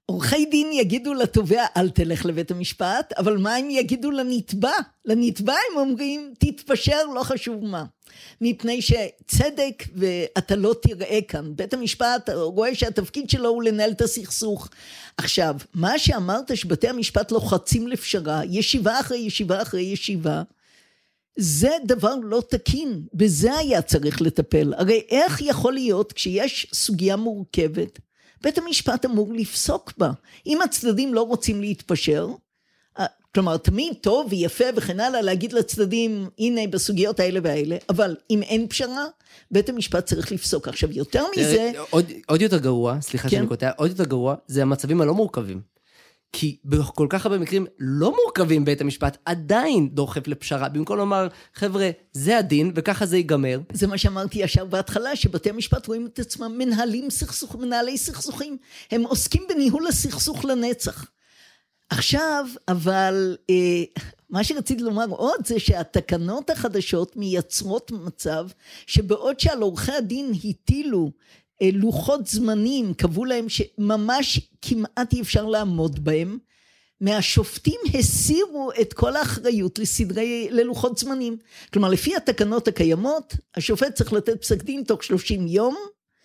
עורכי דין יגידו לתובע, אל תלך לבית המשפט, אבל מה הם יגידו לנתבע? לנתבע הם אומרים, תתפשר, לא חשוב מה. מפני שצדק ואתה לא תראה כאן. בית המשפט רואה שהתפקיד שלו הוא לנהל את הסכסוך. עכשיו, מה שאמרת שבתי המשפט לוחצים לפשרה, ישיבה אחרי ישיבה אחרי ישיבה, זה דבר לא תקין, בזה היה צריך לטפל. הרי איך יכול להיות כשיש סוגיה מורכבת, בית המשפט אמור לפסוק בה. אם הצדדים לא רוצים להתפשר, כלומר תמיד טוב ויפה וכן הלאה להגיד לצדדים, הנה בסוגיות האלה והאלה, אבל אם אין פשרה, בית המשפט צריך לפסוק. עכשיו יותר מזה... עוד יותר גרוע, סליחה שאני קוטע, עוד יותר גרוע, זה המצבים הלא מורכבים. כי בכל כך הרבה מקרים לא מורכבים בית המשפט, עדיין דוחף לפשרה, במקום לומר, חבר'ה, זה הדין, וככה זה ייגמר. זה מה שאמרתי ישר בהתחלה, שבתי המשפט רואים את עצמם מנהלי סכסוכים. הם עוסקים בניהול הסכסוך לנצח. עכשיו, אבל מה שרציתי לומר עוד, זה שהתקנות החדשות מייצרות מצב, שבעוד שעל עורכי הדין הטילו, לוחות זמנים, קבעו להם שממש כמעט אי אפשר לעמוד בהם, מהשופטים הסירו את כל האחריות ללוחות זמנים. כלומר, לפי התקנות הקיימות, השופט צריך לתת פסק דין תוך 30 יום,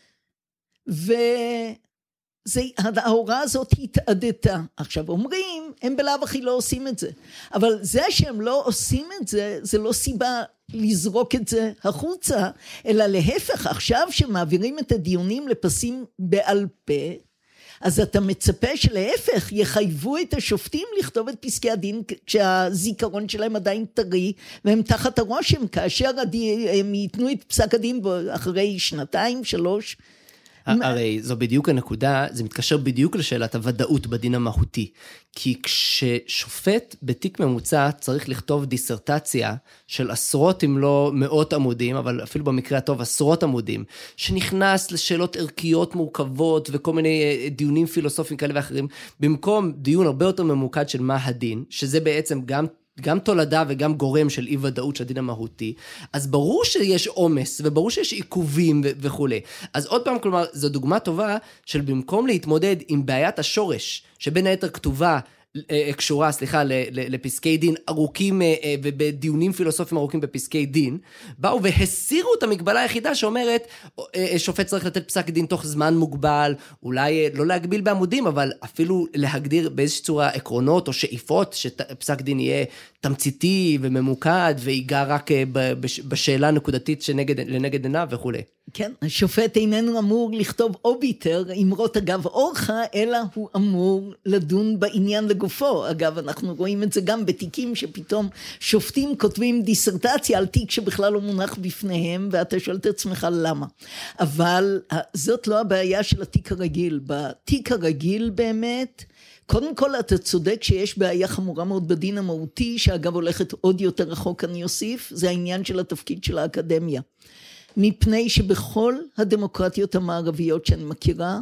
וההוראה הזאת התעדתה. עכשיו אומרים, הם בלאו הכי לא עושים את זה. אבל זה שהם לא עושים את זה, זה לא סיבה לזרוק את זה החוצה, אלא להפך, עכשיו שמעבירים את הדיונים לפסים בעל פה, אז אתה מצפה שלהפך יחייבו את השופטים לכתוב את פסקי הדין כשהזיכרון שלהם עדיין טרי, והם תחת הרושם, כאשר הם ייתנו את פסק הדין אחרי 2-3, הרי זו בדיוק הנקודה, זה מתקשר בדיוק לשאלת הוודאות בדין המהותי, כי כששופט בתיק ממוצע צריך לכתוב דיסרטציה של עשרות אם לא מאות עמודים, אבל אפילו במקרה הטוב עשרות עמודים, שנכנס לשאלות ערכיות מורכבות וכל מיני דיונים פילוסופיים כאלה ואחרים, במקום דיון הרבה יותר ממוקד של מה הדין, שזה בעצם גם תולדה וגם גורם של אי ודאות של הדין המהותי, אז ברור שיש עומס, וברור שיש עיכובים וכו'. אז עוד פעם, כלומר, זו דוגמה טובה של במקום להתמודד עם בעיית השורש, שבין היתר קשורה, לפסקי דין ארוכים, ובדיונים פילוסופיים ארוכים בפסקי דין, באו והסירו את המגבלה היחידה שאומרת, שופט צריך לתת פסק דין תוך זמן מוגבל, אולי לא להגביל בעמודים, אבל אפילו להגדיר באיזושהי צורה עקרונות או שאיפות, שפסק דין יהיה תמציתי וממוקד, ויגע רק בשאלה נקודתית לנגד עיניו וכו'. כן, השופט איננו אמור לכתוב אוביטר, אמרות אגב אורחה, אלא הוא אמור לדון בעניין לגופו. אגב, אנחנו רואים את זה גם בתיקים שפתאום שופטים כותבים דיסרטציה על תיק שבכלל לא מונח בפניהם, ואתה שואל את עצמך למה. אבל זאת לא הבעיה של התיק הרגיל. בתיק הרגיל באמת, קודם כל אתה צודק שיש בעיה חמורה מאוד בדין המהותי, שאגב הולכת עוד יותר רחוק אני אוסיף, זה העניין של התפקיד של האקדמיה. מפני שבכל הדמוקרטיות המערביות שאני מכירה,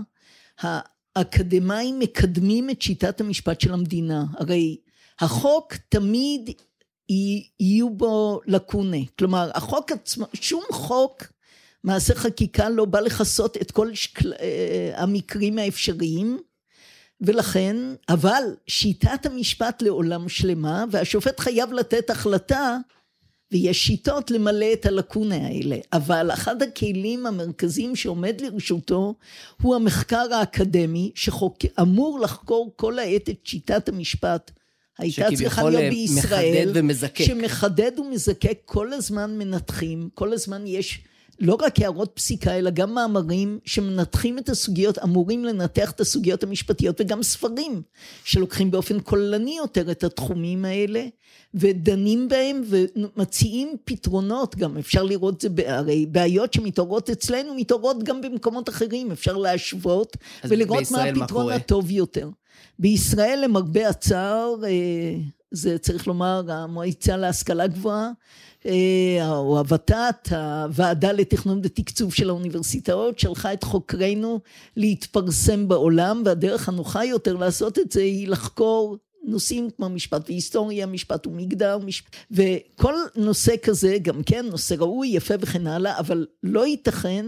האקדמאים מקדמים את שיטת המשפט של המדינה. הרי החוק תמיד יהיו בו לקונה. כלומר, החוק עצמו, שום חוק מעשה חקיקה לא בא לחסות את כל המקרים האפשריים, ולכן, אבל שיטת המשפט לעולם שלמה, והשופט חייב לתת החלטה, ויש שיטות למלא את הלקונה האלה, אבל אחד הכלים המרכזיים שעומד לרשותו, הוא המחקר האקדמי, שאמור לחקור כל העת את שיטת המשפט, הייתה צריכה להיות בישראל, שמחדד ומזקק, כל הזמן מנתחים, כל הזמן יש לא רק הערות פסיקה, אלא גם מאמרים שמנתחים את הסוגיות, אמורים לנתח את הסוגיות המשפטיות, וגם ספרים שלוקחים באופן כוללני יותר את התחומים האלה, ודנים בהם ומציעים פתרונות גם. אפשר לראות זה, הרי בעיות שמתעוררות אצלנו, מתעוררות גם במקומות אחרים, אפשר להשוות ולראות מה הפתרון הטוב יותר. בישראל למרבה הצער, זה צריך לומר, המועצה להשכלה גבוהה, או הוות"ת, הוועדה לתכנון ותקצוב של האוניברסיטאות, שלחה את חוקרינו להתפרסם בעולם, והדרך הנוחה יותר לעשות את זה היא לחקור נושאים כמו משפט והיסטוריה, משפט ומגדר, וכל נושא כזה, גם כן נושא ראוי, יפה וכן הלאה, אבל לא ייתכן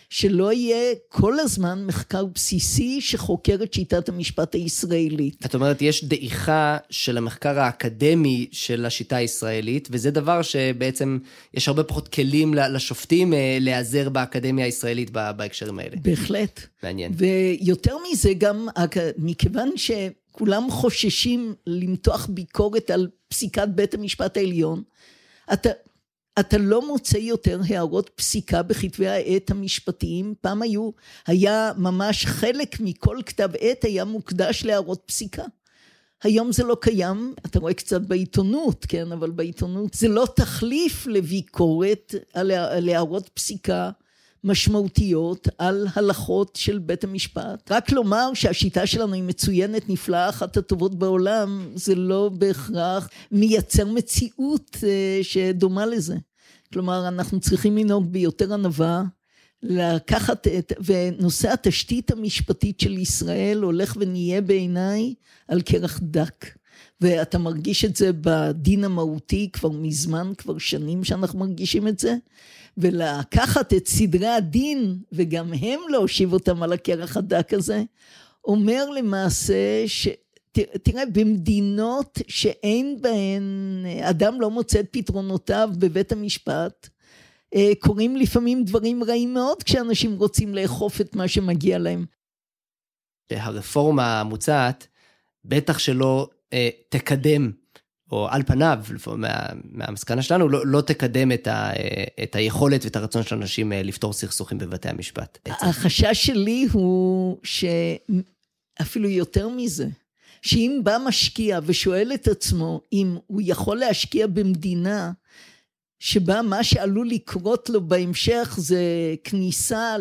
שלא יהיה כל הזמן מחקר בסיסי שחוקר את שיטת המשפט הישראלית. את אומרת, יש דעיכה של המחקר האקדמי של השיטה הישראלית, וזה דבר שבעצם יש הרבה פחות כלים לשופטים להיעזר באקדמיה הישראלית בהקשרים האלה. בהחלט. מעניין. ויותר מזה גם, מכיוון שכולם חוששים למתוח ביקורת על פסיקת בית המשפט העליון, אתה לא מוצא יותר הערות פסיקה בכתבי העת המשפטיים. פעם היה ממש חלק מכל כתב עת היה מוקדש להערות פסיקה. היום זה לא קיים, אתה רואה קצת בעיתונות, כן, אבל בעיתונות זה לא תחליף לביקורת על הערות פסיקה משמעותיות על הלכות של בית המשפט. רק לומר שהשיטה שלנו היא מצוינת, נפלאה, אחת הטובות בעולם, זה לא בהכרח מייצר מציאות שדומה לזה. כלומר, אנחנו צריכים לנהוג ביותר ענווה, לקחת ונושא התשתית המשפטית של ישראל הולך ונהיה בעיניי על קרח דק. ואתה מרגיש את זה בדין המהותי כבר מזמן, כבר שנים שאנחנו מרגישים את זה, ולקחת את סדרי הדין, וגם הם להושיב אותם על הקרח הדק הזה, אומר למעשה תראה, במדינות שאין בהן, אדם לא מוצא את פתרונותיו בבית המשפט, קוראים לפעמים דברים רעים מאוד, כשאנשים רוצים לאכוף את מה שמגיע להם. הרפורמה המוצעת, בטח שלא תקדם, או על פניו, מהמסקנה שלנו, לא תקדם את היכולת ואת הרצון של אנשים לפתור סכסוכים בבתי המשפט. החשש שלי הוא שאפילו יותר מזה, שאם בא משקיע ושואל את עצמו אם הוא יכול להשקיע במדינה שבה מה שעלול לקרות לו בהמשך זה כניסה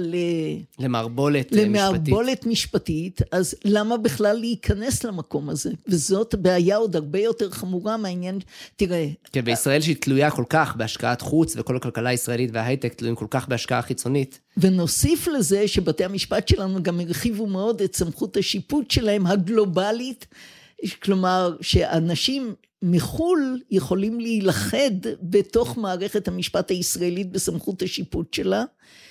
למערבולת משפטית, אז למה בכלל להיכנס למקום הזה? וזאת בעיה עוד הרבה יותר חמורה מהעניין, תראה. כן, בישראל שהיא תלויה כל כך בהשקעת חוץ, וכל הכלכלה הישראלית וההייטק תלויים כל כך בהשקעה חיצונית. ונוסיף לזה שבתי המשפט שלנו גם הרחיבו מאוד את סמכות השיפוט שלהם הגלובלית, כלומר שאנשים מחול יכולים להילחד בתוך מערכת המשפט הישראלית בסמכות השיפוט שלה,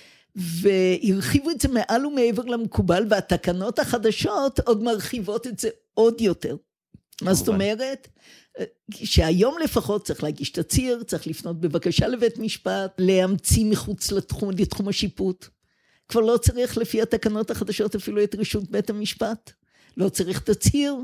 והרחיבו את זה מעל ומעבר למקובל, והתקנות החדשות עוד מרחיבות את זה עוד יותר. מה זאת אומרת? שהיום לפחות צריך להגיש תצהיר, צריך לפנות בבקשה לבית משפט, להמציא מחוץ לתחום השיפוט. כבר לא צריך לפי התקנות החדשות אפילו את רשות בית המשפט. לא צריך תצהיר.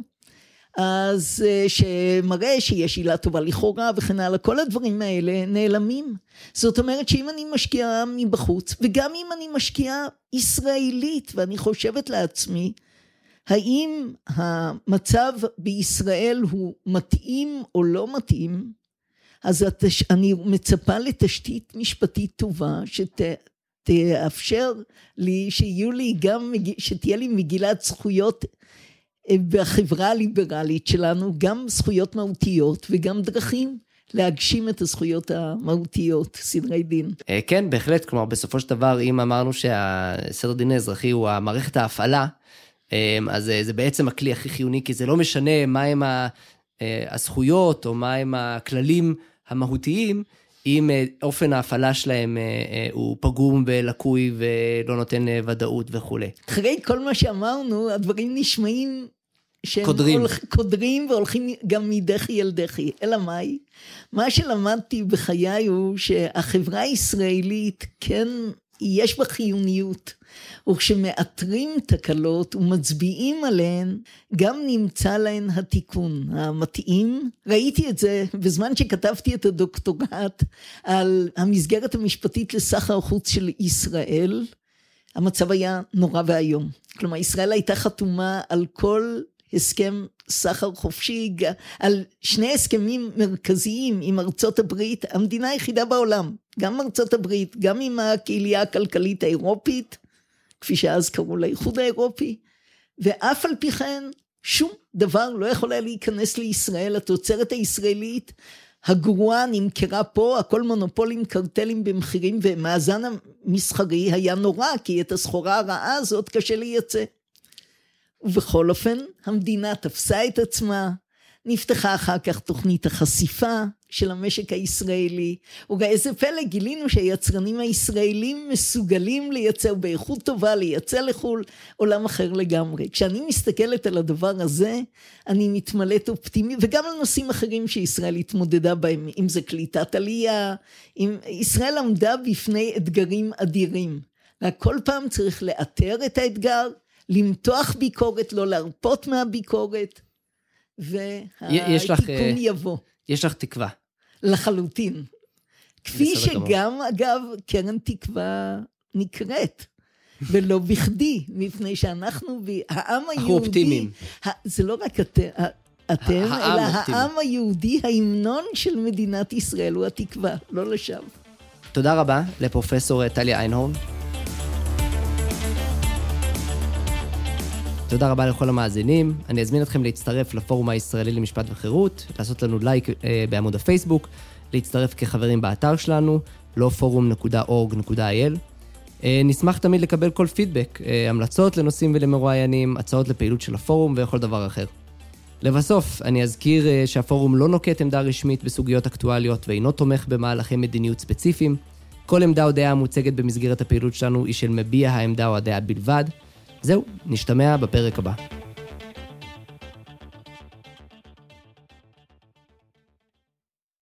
אז שמראה שיש עילה טובה לכאורה וכן הלאה, כל הדברים האלה נעלמים. זאת אומרת שאם אני משקיעה מבחוץ, וגם אם אני משקיעה ישראלית, ואני חושבת לעצמי, האם המצב בישראל הוא מתאים או לא מתאים, אז אני מצפה לתשתית משפטית טובה, שתאפשר לי, שתהיה לי מגילת זכויות בחברה הליברלית שלנו, גם זכויות מהותיות וגם דרכים להגשים את הזכויות המהותיות, סדרי דין. כן, בהחלט, כלומר בסופו של דבר, אם אמרנו שהסדר דין האזרחי הוא המערכת ההפעלה, אז זה בעצם הכלי הכי חיוני, כי זה לא משנה מהם הזכויות או מהם הכללים המהותיים, אם אופן ההפעלה שלהם הוא פגום ולקוי ולא נותן ודאות וכו'. אחרי כל מה שאמרנו, הדברים נשמעים שהם קודרים והולכים גם מדחי אל דחי. אלא מאי? מה שלמדתי בחיי הוא שהחברה הישראלית כן יש בה חיוניות, וכשמאתרים תקלות ומצביעים עליהן, גם נמצא להן התיקון המתאים. ראיתי את זה בזמן שכתבתי את הדוקטורט על המסגרת המשפטית לסחר חוץ של ישראל, המצב היה נורא והיום. כלומר, ישראל הייתה חתומה על כל הסכם סחר חופשי, על שני הסכמים מרכזיים עם ארצות הברית, המדינה היחידה בעולם, גם ארצות הברית, גם עם הקהילייה הכלכלית האירופית, כפי שאז קראו לאיחוד האירופי, ואף על פי כן, שום דבר לא יכול היה להיכנס לישראל, התוצרת הישראלית, הגרועה נמכרה פה, הכל מונופולים, קרטלים במחירים, ומאזן המסחרי היה נורא, כי את הסחורה הרעה הזאת קשה לייצא. ובכל אופן, המדינה תפסה את עצמה, נפתחה אחר כך תוכנית החשיפה של המשק הישראלי, ואיזה פלא גילינו שהיצרנים הישראלים מסוגלים לייצר באיכות טובה, לייצא לחול, עולם אחר לגמרי. כשאני מסתכלת על הדבר הזה, אני מתמלאת אופטימי, וגם על נושאים אחרים שישראל התמודדה בהם, אם זה קליטת עלייה, ישראל עמדה בפני אתגרים אדירים, וכל פעם צריך לאתר את האתגר, למתוח ביקורת, לא להרפות מהביקורת, והתיקון יבוא. יש לך תקווה. לחלוטין. כפי שגם, אגב, קרן תקווה נקראת, ולא בכדי, מפני שאנחנו, העם היהודי, אנחנו אופטימיים. זה לא רק אתם, אלא העם היהודי, ההמנון של מדינת ישראל הוא התקווה, לא לשווא. תודה רבה לפרופסור טליה איינהורן. תודה רבה לכל המאזינים. אני אזמין אתכם להצטרף לפורום הישראלי למשפט וחירות, לעשות לנו לייק בעמוד הפייסבוק, להצטרף כחברים באתר שלנו, lawforum.org.il. נשמח תמיד לקבל כל פידבק, המלצות לנושאים ולמרואיינים, הצעות לפעילות של הפורום וכל דבר אחר. לבסוף, אני אזכיר שהפורום לא נוקט עמדה רשמית בסוגיות אקטואליות ואינו תומך במהלכי מדיניות ספציפיים. כל עמדה או דעה המוצגת במסגרת הפעילות שלנו היא של מביע העמדה או הדעה בלבד. זהו, נשתמע בפרק הבא.